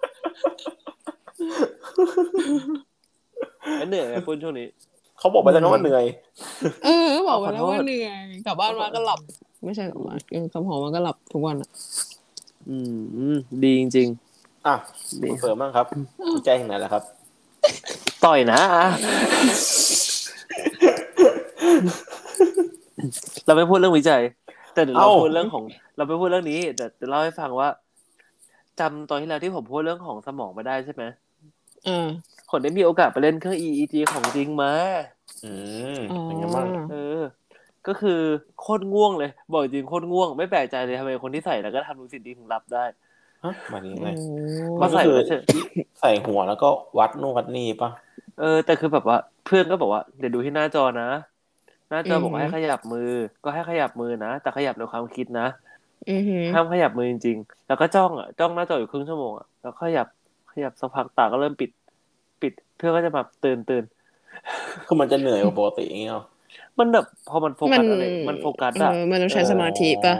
เหนื่อยไหมปุ้นช่วงนี้เขาบอกไปแล้วนะว่าเหนื่อยเออบอกไปแล้วขอโทษว่าเหนื่อยกลับบ้านมาก็หลับ ไม่ใช่กลับบ้านเออกลับหอมาก็หลับทุกวันอะอืมดีจริงอ่ะดีคุณเฟิร์มบ้างครับวิจัยถึงไหนแล้วครับๆต่อยนะอ่ะเราไม่พูดเรื่องวิจัย แต่เดี๋ยวเราเอ้าพูดเรื่องของ เราไม่พูดเรื่องนี้แต่จะเล่าให้ฟังว่าจำตอนที่แล้วที่ผมพูดเรื่องของสมองไม่ได้ใช่ไหมอ่าคนได้มีโอกาสไปเล่นเครื่อง อี อี จี ของจริงมาอืมอ๋อเป็นไงบ้างเออ ก็คือโคตรง่วงเลยบอกจริงโคตรง่วงไม่แปลกใจเลยทำไมคนที่ใส่แล้วก็ทำดูสิ่งดีถึงรับได้ฮะหมายถึงโอ้ไงก็ใส่ไว้เฉยใส่หัวแล้วก็วัดนู่นวัดนี่ปะเออแต่คือแบบว่าเพื่อนก็บอกว่าเดี๋ยวดูที่หน้าจอนะ หน้าจอบอกว่าให้ขยับมือ ก็ให้ขยับมือนะแต่ขยับในความคิดนะอือหือห้ามขยับมือจริงๆแล้วก็จ้องอ่ะจ้องหน้าจออยู่ครึ่งชั่วโมงอ่ะแล้วขยับขยับสักพักตาก็เริ่มปิด ปิดเพื่อนก็จะแบบตื่นตื่นคือมันจะเหนื่อยกว่าปกติอย่างเงี้ยหรอมันแบบพอมันโฟกัสอะไรมันโฟกัสเออ่ะอมันต้องใช้สมาธิปะพ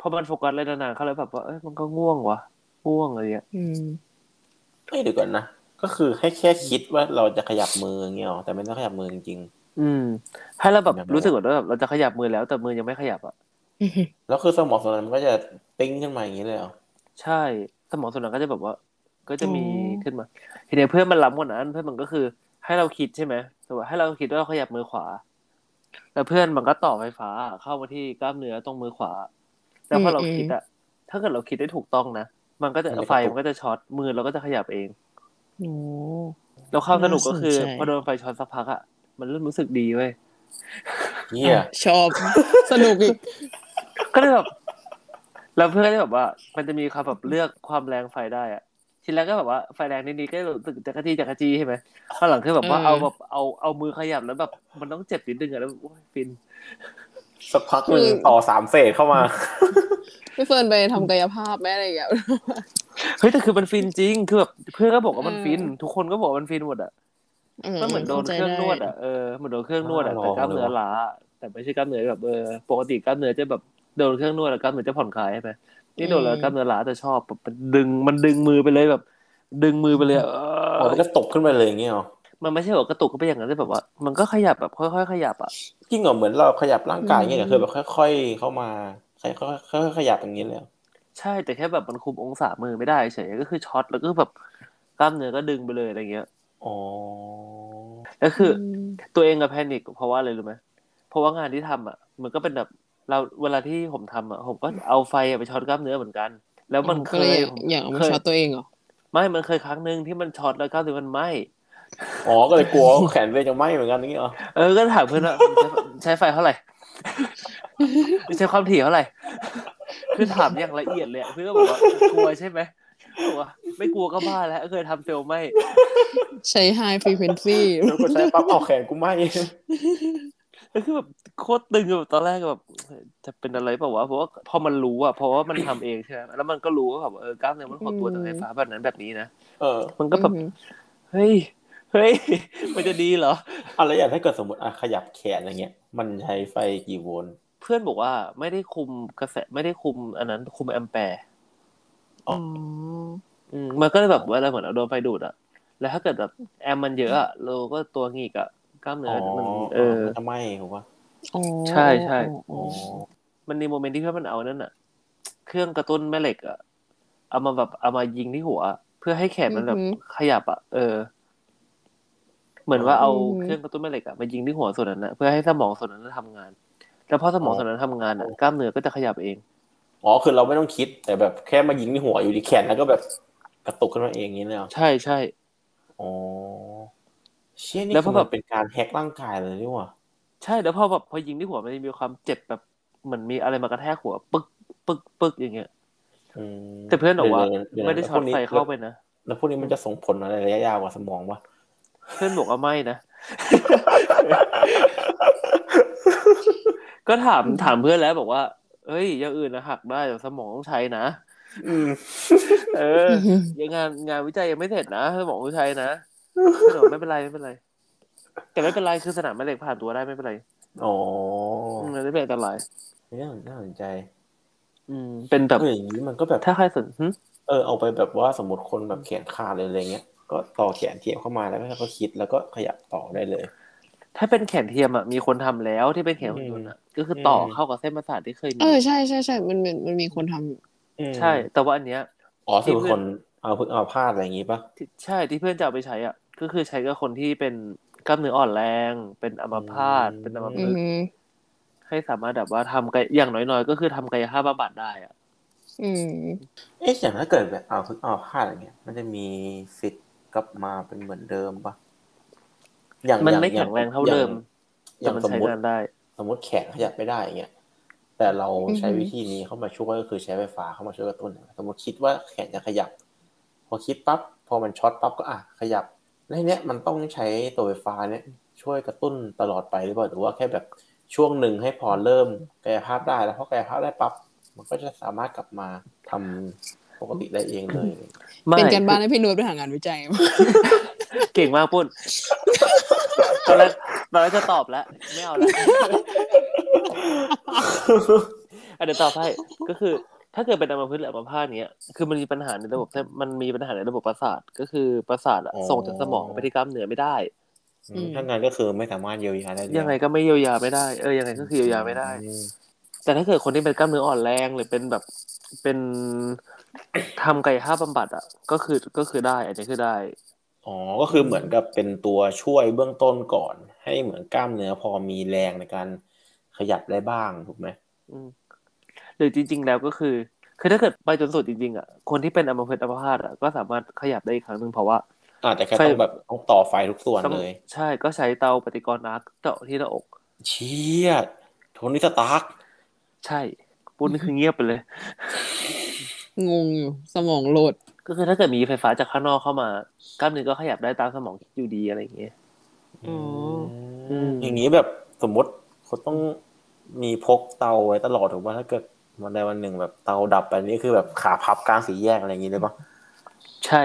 พอมันโฟกัสอะไรนานๆเขาเลยแบบว่าเอ้ยมันก็ง่วงว่ะง่วงอะไรเงี้ยอืมเอ้ยเดี๋ยวก่อนนะก็คือให้แค่คิดว่าเราจะขยับมืออย่างเงี้ยหรอแต่ไม่ต้องขยับมือจริงอืมให้เราแบบๆยังไงรู้สึกวะว่าแบบเราจะขยับมือแล้วแต่มือยังไม่ขยับอ่ะแล้วคือสมองส่วนนั้นมันก็จะติ้งขึ้นมาอย่างนี้เลยเหรอใช่สมองส่วนนั้นก็จะแบบว่าก็จะอ๋อมีขึ้นมาทีนี้เพื่อนมันล้ำกว่านั้นเพื่อนมันก็คือให้เราคิดใช่ไหมสมมติให้เราคิดว่าเราขยับมือขวาแล้วเพื่อนมันก็ต่อไฟฟ้าเข้ามาที่กล้ามเนื้อตรงมือขวาแล้วพอเราอืมอืมคิดอะถ้าเกิดเราคิดได้ถูกต้องนะมันก็จะไฟมันจะกระตุกมันก็จะช็อตมือเราก็จะขยับเองโอ้แล้วความสน่านุกก็คือสนใจพอโดนไฟช็อตสักพักอะมันเริ่มรู้สึกดีเว้ยเฮีอ่ะยชอบสนุกอีกก็เลยแบบแล้วเพื่อนก็แบบว่ามันจะมีความแบบเลือกความแรงไฟได้อะทีแรกก็แบบว่าไฟแรงนิดๆก็รู้สึกจักรจี้จักรจี้ใช่ไหมพอหลังคือแบบว่าเอาแบบเอาเอามือขยับแล้วแบบมันต้องเจ็บนิดนึงอะแล้วโอ้ยฟินสักพักหคือนึ่งต่อสามเฟสเข้ามาพี่เฟิร์นไปทำกายภาพแม่อะไรอย่างเงี้ยเฮ้ยแต่คือมันฟินจริงคือแบบเพื่อนก็บอกว่าเอมันฟินอทุกคนก็บอกว่ามันฟินหมดอะอืมมันเหมือนโดเข้าใจได้นเครื่องนวดอะเออเหมือนโดนเครื่องนวดอะน่าลแต่กล้ามองเลยวะเนื้อล้าแต่ไม่ใช่กล้ามเนื้อแบบเออปกติกล้ามเนื้อจะแบบโดนเครื่องนวดแล้วกล้ามเนื้อจะผ่อนคลายใช่ไหมอืนี่โดนแล้วกล้ามมเนื้อล้าจะชอบแบบมันดึงมันดึงมือไปเลยแบบ ดึงมือไปเลยอะเออ๋ออมันก็ตกขึ้นไปเลยอย่างเงี้ยเหรอมันไม่ใช่แบบกระตุกก็ไปอย่างนั้นแต่แบบว่ามันก็ขยับแบบค่อยๆขยับอ่ะจริงเหรอเหมือนเราขยับร่างอืกายอย่างเงี้ยเหรอคือแบบมค่อยๆเข้ามาค่อยๆค่อยๆขยับอย่างนี้เลยเหรอใช่แต่แค่แบบมันคุมองศามือไม่ได้เฉยก็คือช็อตแล้วก็แบบกล้ามเนื้อก็ดึงไปเลยอะไรเงี้ยอ๋อแล้วอืคือมตัวเองกับแพนิคเพราะว่าอะไรรู้ไหมเพราะว่างานที่ทำอ่ะมันก็เป็นแบบเราเวลาที่ผมทำอ่ะผมก็เอาไฟอะไปช็อตกล้ามเนื้อเหมือนกันแล้วอ๋อมันเคก็เลยอยากยผมอยากเอาเคยมาช็อตตัวเองเหรอไม่มันเคยครั้งหนึ่งที่มันช็อตแล้วกล้ามเนื้อมันไหม้อ๋อก็เลยกลัวว่าแขนตัวเองจะไหม้เหมือนกันอย่างเงี้ยเหรอเออก็ถามเพื่อนว่าใช้ใช้ไฟเท่าไหร่ใช้ความถี่เท่าไหร่คือถามอย่างละเอียดเลยอะเพื่อนก็บอกว่ากลัวใช่ไหมบอกว่าไม่กลัวก็บ้าแล้วเคยทำเซลล์ไหมใช้ high frequency แล้วก็ใช้ปั๊บเอาแขนกูไหม้แล้วคือแบบโคตรตึงแบบตอนแรกแบบจะเป็นอะไรเปล่าวะเพราะว่าพอมันรู้อะเพราะว่ามันทำเองใช่ไหมแล้วมันก็รู้ว่าแบบเออกล้ามเนื้อมันหอืดตัวจากไฟฟ้ามแบบนั้นแบบนี้นะเออมันก็แบบอืมเฮ้ยเฮ้ยมันจะดีเหรออะไรอย่างถ้าเกิดสมมติอ่ะขยับแขนอะไรเงี้ยมันใช้ไฟกี่โวลต์เพื่อนบอกว่าไม่ได้คุมกระแสไม่ได้คุมอันนั้นคุมแอมแปร์อ๋ออืมมันก็เลยแบบเวลาเหมือนเราโดนไฟดูดอะแล้วถ้าเกิดแบบแอมมันเยอะอะเราก็ตัวหงิกอะกล้ามอ๋เนื้ออมันเอเอออมันจะไหม้ถูกปะอ๋อใช่อ๋อใช่อ๋ออ๋ออ๋อมันมีโมเมนต์ที่เพื่อนมันเอานั่นอะเครื่องกระตุ้นแม่เหล็กอะเอามาแบบเอามายิงที่หัวเพื่อให้แขนมันแบบอือหือขยับอะเออเหมืเออนว่าอืเอาอหือเครื่องกระตุ้นแม่เหล็กอะมายิงที่หัวส่วนนั้นอะเพื่อให้สมองส่วนนั้นทำงานแล้วพอสอ๋อมองส่วนนั้นทำงานอะกล้ามเนื้อก็จะขยับเองอ๋อคือเราไม่ต้องคิดแต่แบบแค่มายิงที่หัวอยู่ดีแขนแล้วก็แบบกระตุกขึ้นมาเองอย่างนี้เลยเหรอใช่ใช่อ๋อเชี่ยนี่แล้วพอแบบคือมันเป็นการแฮ็กร่างกายเลยนี่หว่าใช่แล้วพอแบบพอยิงที่หัวมันจะมีความเจ็บแบบเหมือนมีอะไรมากระแทกหัวปึ๊กปึ๊กปึ๊กอย่างเงี้ยอืมแต่เพื่อนบเดี๋ยวอกว่าเดี๋ยวไม่นะแล้วพได้ช็อตไฟวกนี้แล้วเข้าไปนะแล้วพวกนี้มันจะส่งผลอะไรระยะยาวกับสมองวะเพื่อนบอกว่าไม่นะ ก็ถามถามเพื่อนแล้วบอกว่าเอ้ยอย่างอื่นนะหักได้แต่สมองต้องใช้นะอืมเอออือหือยังงานงานวิจัยยังไม่เสร็จนะสมองต้องใช้นะเพื่อนบอกไม่เป็นไรไม่เป็นไรแต่ไม่เป็นไรคือสนามแม่เหล็กผ่านตัวได้ไม่เป็นไรอ๋ออืมไม่ได้เป็นอันตรายเนี่ยน่าสนใจอืมเป็นแบบเอออย่างนี้มันก็แบบถ้าใครสนหึเออเอาไปแบบว่าสมมติคนแบบแขนขาดเลยอะไรเงี้ยก็ต่อแขนเทียมเข้ามาแล้วก็ให้เขาคิดแล้วก็ขยับต่อได้เลยถ้าเป็นแขนเทียมอ่ะมีคนทำแล้วที่เป็นแขอืนหุ่นยมนต์อ่ะก็คืออืต่อมเข้ากับเส้นประสาทที่เคยเอมีอใช่ใช่ใช่มันมันมันมีคนทอืมใช่แต่ว่าอันเนี้ยอ๋อคือที่เพื่อนเป็นคนเอาพึ่งเอาพาดอะไรอย่างงี้ปะที่ใช่ที่เพื่อนจะเอาไปใช้อ่ะก็คือใช้กับคนที่เป็นกล้ามเนื้ออ่อนแรงเป็นอัอืมพาตเป็นอัมำอืพฤกษ์อหือให้สามารถแบบว่าทำกายอย่างน้อยๆก็คือทำกายภาพบำบัดได้อ่ะอืมเอ๊ะอย่างถ้าเกิดแบบเอาพึ่งเอาพาดอะไรเงี้ยมันจะมีสิทธิ์กลับมาเป็นเหมือนเดิมปะอย่างมันอย่างอย่างไม่แข็งแรงเท่าอย่างเดิมอแต่มันย่างสมมุติใช้งานได้สมมติแขนขยับไม่ได้อย่างเงี้ยแต่เราอือหือใช้วิธีนี้เข้ามาช่วยก็คือใช้ไฟฟ้าเข้ามาช่วยกระตุ้นสมมติคิดว่าแขนจะขยับ พอคิดปั๊บพอมันช็อตปั๊บก็อ่ะขยับแล้วทีเนี้ยมันต้องใช้ตัวไฟฟ้าเนี่ยช่วยกระตุ้นตลอดไปหรือเปล่าหรือว่าแค่แบบช่วงหนึ่งให้พอเริ่มกายภาพได้แล้วพอกายภาพได้ปั๊บมันก็จะสามารถกลับมาทำปกติได้เองเลยไม่เป็นการคือบ้านให้พี่นุชไปหางานวิจัยเก่งมากปุ้นตอนแรกตอนแรกจะตอบแล้วไม่เอาแล้วอันเดี๋ยวต่อไปก็คือถ้าเกิดเป็นอัมพฤกษ์หรืออัมพาตเนี้ยคือมันมีปัญหาในระบบมันมีปัญหาในระบบประสาทก็คือประสาทอะส่งจากสมองไปที่กล้ามเนื้อไม่ได้ถ้างั้นก็คือไม่สามารถเยียวยาได้ยังไงก็ไม่เยียวยาไม่ได้เออยังไงก็คือเยียวยาไม่ได้แต่ถ้าเกิดคนที่เป็นกล้ามเนื้ออ่อนแรงหรือเป็นแบบเป็นทำกายภาพบำบัดอ่ะก็คือก็คือได้อันนี้คือได้อ๋อก็คือเหมือนกับเป็นตัวช่วยเบื้องต้นก่อนให้เหมือนกล้ามเนื้อพอมีแรงในการขยับได้บ้างถูกไหมหรือจริงๆแล้วก็คือคือถ้าเกิดไปจนสุดจริงๆอ่ะคนที่เป็นอัมพฤกษ์อัมพาตอ่ะก็สามารถขยับได้อีกครั้งหนึ่งเพราะว่าอาจจะแค่ต้องแบบต้องต่อไฟทุกส่วนเลยใช่ก็ใช้เตาปฏิกรณ์อาร์คเจาะที่หน้าอกเชี่ยโทนี่สตาร์กใช่ปุ๊บนี่คือเงียบไปเลยงงอยู่สมองโหลดก็คือถ้าเกิดมีไฟฟ้าจากข้างนอกเข้ามากล้ามเนื้อก็ขยับได้ตามสมองคิดอยู่ดีอะไรอย่างเงี้ยอ๋ออย่างนี้แบบสมมติเขาต้องมีพกเตาไว้ตลอดถูกป่ะถ้าเกิดวันใดวันหนึ่งแบบเตาดับไปนี่คือแบบขาพับกลางสี่แยกอะไรอย่างงี้เลยป่ะใช่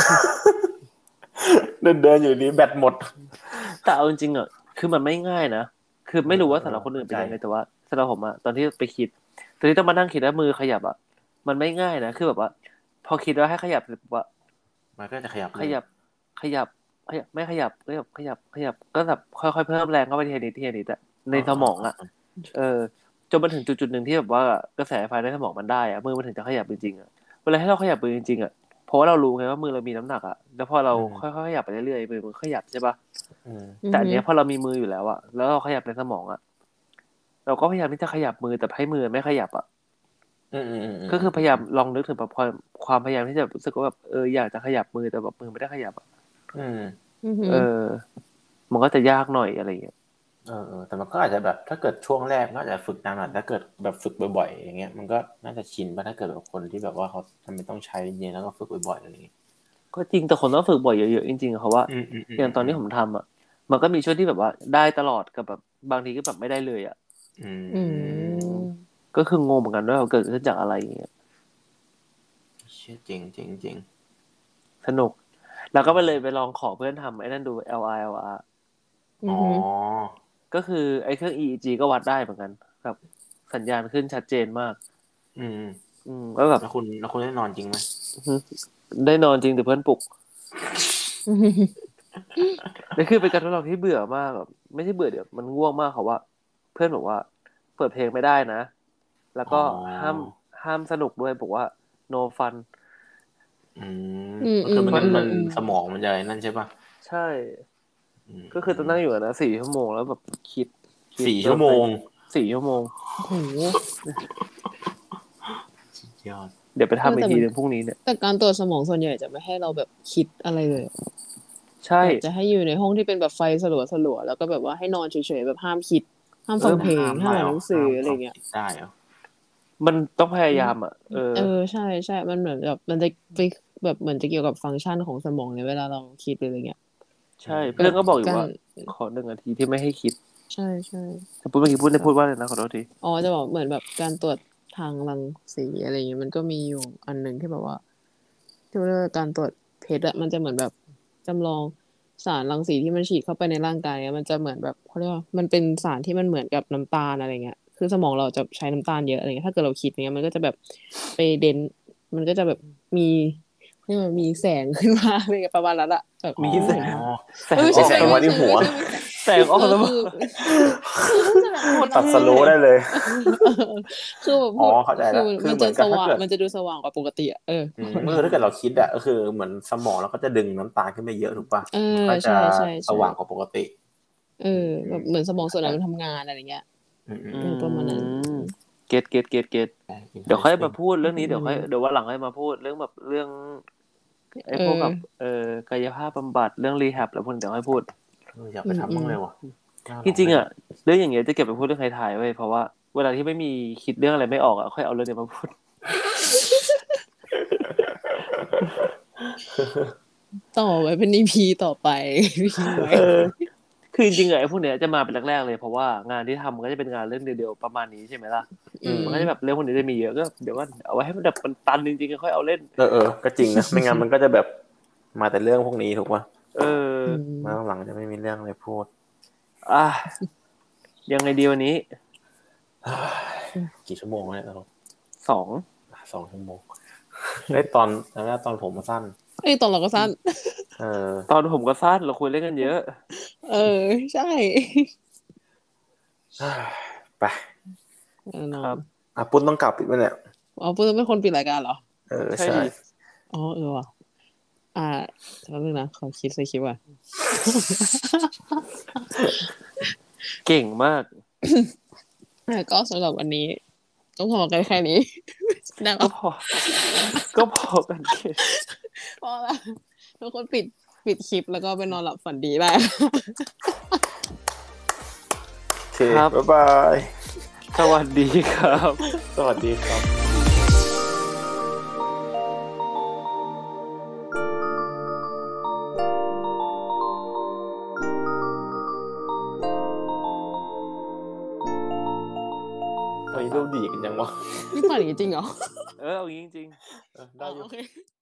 เดินเดินอยู่ดีแบตหมดแต่เอาจริงๆอ่ะคือมันไม่ง่ายนะคือไม่รู้ว่าสำหรับคนอื่นเป็นยังไงแต่ว่าสำหรับผมอ่ะตอนที่ไปคิดตอนที่ต้องมานั่งคิดว่ามือขยับอ่ะมันไม่ง่ายนะคือแบบว่าพอคิดว่าให้ขยับแบบว่ามันก็จะขยับขยับขยับขยับไม่ขยับขยับขยับขยับก็แบบค่อยๆเพิ่มแรงเข้าไปทีละนิดทีละนิดอ่ะในสมองอ่ะเออจนมาถึงจุดๆหนึ่งที่แบบว่ากระแสไฟในสมองมันได้อ่ะมือมันถึงจะขยับจริงๆอ่ะเวลาให้เราขยับมือจริงๆอ่ะเพราะว่าเรารู้ไงว่ามือเรามีน้ำหนักอ่ะแล้วพอเราค่อยๆขยับไปเรื่อยๆมือมันขยับใช่ปะแต่อันเนี้ยพอเรามีมืออยู่แล้วอ่ะแล้วเราขยับในสมองอ่ะเราก็พยายามที่จะขยับมือแต่ให้มือไม่ขยับอ่ะก็คือพยายามลองนึกถึงแบบความพยายามที่จะรู้สึกว่าแบบเอออยากจะขยับมือแต่แบบมือไม่ได้ขยับอ่ะเออมันก็จะยากหน่อยอะไรอย่างเงี้ยเออแต่มันก็อาจจะแบบถ้าเกิดช่วงแรกก็อาจจะฝึกนานหน่อยถ้าเกิดแบบฝึกบ่อยๆอย่างเงี้ยมันก็น่าจะชินป่ะถ้าเกิดแบบคนที่แบบว่าเขาทำไมต้องใช้เย็นแล้วก็ฝึกบ่อยๆอะไรอย่างเงี้ยก็จริงแต่คนต้องฝึกบ่อยเยอะๆจริงๆเพราะว่าอย่างตอนที่ผมทำอ่ะมันก็มีช่วงที่แบบว่าได้ตลอดกับแบบบางทีก็แบบไม่ได้เลยอ่ะก็คืองงเหมือนกันว่าเกิดขึ้นจากอะไรอย่างเงี้ยเชี่ยจริงจริงจริงสนุกแล้วก็ไปเลยไปลองขอเพื่อนทำไอ้นั่นดู แอล อาร์ แอล อาร์อ๋อก็คือไอ้เครื่อง อี อี จี ก็วัดได้เหมือนกันครับสัญญาณขึ้นชัดเจนมากอืมอืมก็แบบแล้วคุณแล้วคุณได้นอนจริงไหมได้นอนจริงแต่เพื่อนปลุกนี่คือเป็นการทดลองที่เบื่อมากแบบไม่ใช่เบื่อเดี๋ยวมันง่วงมากเขาว่าเพื่อนบอกว่าเปิดเพลงไม่ได้นะแล้วก็ห้ามห้ามสนุกด้วยบอกว่า no fun อืมก็คือมันมันสมองมันจะนั่นใช่ป่ะใช่ก็คือต้องนั่งอยู่นะสี่ชั่วโมงแล้วแบบคิดสี่ชั่วโมงสี่ชั่วโมงโอ้โหสุดยอดเดี๋ยวไปทำอีกทีนึงพรุ่งนี้เนี่ยแต่การตรวจสมองส่วนใหญ่จะไม่ให้เราแบบคิดอะไรเลยใช่จะให้อยู่ในห้องที่เป็นแบบไฟสลัวๆแล้วก็แบบว่าให้นอนเฉยๆแบบห้ามคิดห้ามฟังเพลงห้ามอ่านหนังสืออะไรเงี้ยได้เหรอมันต้องพยายามอ่ะเออเออใช่ใช่มันเหมือนแบบมันจะไปแบบเหมือนจะเกี่ยวกับฟังก์ชันของสมองเนี่ยเวลาเราคิดอะไรเงี้ยใช่เพื่อนก็บอกอยู่ว่าขอหนึ่งนาทีที่ไม่ให้คิดใช่ใช่แต่พูดเมื่อกี้พูดได้พูดว่าอะไรนะขอโทษทีอ๋อจะบอกเหมือนแบบการตรวจทางรังสีอะไรเงี้ยมันก็มีอยู่อันหนึ่งที่แบบว่าที่เรียกว่าการตรวจเพชรอะมันจะเหมือนแบบจำลองสารรังสีที่มันฉีดเข้าไปในร่างกายมันจะเหมือนแบบเขาเรียกว่ามันเป็นสารที่มันเหมือนกับน้ำตาลอะไรเงี้ยคือสมองเราจะใช้น้ำตาลเยอะอะไรเงี้ยถ้าเกิดเราคิดเนี้ยมันก็จะแบบไปเดนมันก็จะแบบมีนี่มันมีแสงขึ้นมาอะไรเงี้ยประมาณนั้นอะแบบมีแสงแสงแสงมาที่หัวแสงออกแล้วตัดสโลว์ได้เลยคือแบบอ๋อเข้าใจแล้วคือมันจะสว่างมันจะดูสว่างกว่าปกติอ่ะเออเมื่อถ้าเกิดเราคิดอ่ะก็คือเหมือนสมองเราก็จะดึงน้ำตาลขึ้นไปเยอะถูกป่ะก็จะสว่างกว่าปกติเออแบบเหมือนสมองส่วนนั้นมันทำงานอะไรเงี้ยเออประมาณนั้นเก็ตเก็ตเก็ตเก็ตเดี๋ยวค่อยมาพูดเรื่องนี้เดี๋ยวค่อยเดี๋ยววันหลังค่อยมาพูดเรื่องแบบเรื่องไอ้พวกแบบเออกายภาพบำบัดเรื่องรีแฮบแล้วพวกเดี๋ยวค่อยพูดอยากไปทำบ้างเลยว่ะจริงๆอ่ะเรื่องอย่างเงี้ยจะเก็บไปพูดเรื่องไทยๆไว้เพราะว่าเวลาที่ไม่มีคิดเรื่องอะไรไม่ออกอ่ะค่อยเอาเรื่องนี้มาพูดต่อไว้เป็น อี พี ต่อไปไว้คือจริงๆไอ้พวกเนี้ยจะมาเป็นแรกๆเลยเพราะว่างานที่ทำก็จะเป็นงานเรื่องเดียวๆประมาณนี้ใช่ไหมล่ะมันก็จะแบบเรื่องพวกนี้จะมีเยอะก็เดี๋ยวว่าเอาไว้ให้มันแบบมันตันจริงๆค่อยเอาเล่นเออเออก็จริงนะไม่งั้นมันก็จะแบบมาแต่เรื่องพวกนี้ถูกป่ะเออมาหลังจะไม่มีเรื่องอะไรพูดอ่ะยังไงดีวันนี้กี่ชั่วโมงเนี่ยเราสองสองชั่วโมงไอ้ตอนแล้วตอนผมมาสั้นไอ้ยตอนเราก็สั้นเออตอนผมก็สั้นเราคุยเล่นกันเยอะเออใช่ไปแน่นอครันบอ่ะปุ้นต้องกลับอีกไหมเนี่ยอ๋อปุ้นเป็นคนปิดรายการเหรอเออใช่ใช่ดิอ๋อเออว่ะอ่าแล้วนึงนะขอคิดใส่คิดว่ะเก่งมากอ่ะก็สำหรับวันนี้ต้องพอกันแค่นี้ นะก็พอ ก็พอกันแค่พอละทุกคนปิดปิดคลิปแล้วก็ไปนอนหลับฝันดีได้โอเคบ๊ายบายสวัสดีครับสวัสดีครับตอนนี้เราดีกันยังวะนี่ฝันจริงเหรอเออเอางี้จริงๆเออได้อ๋ออยู่โอเค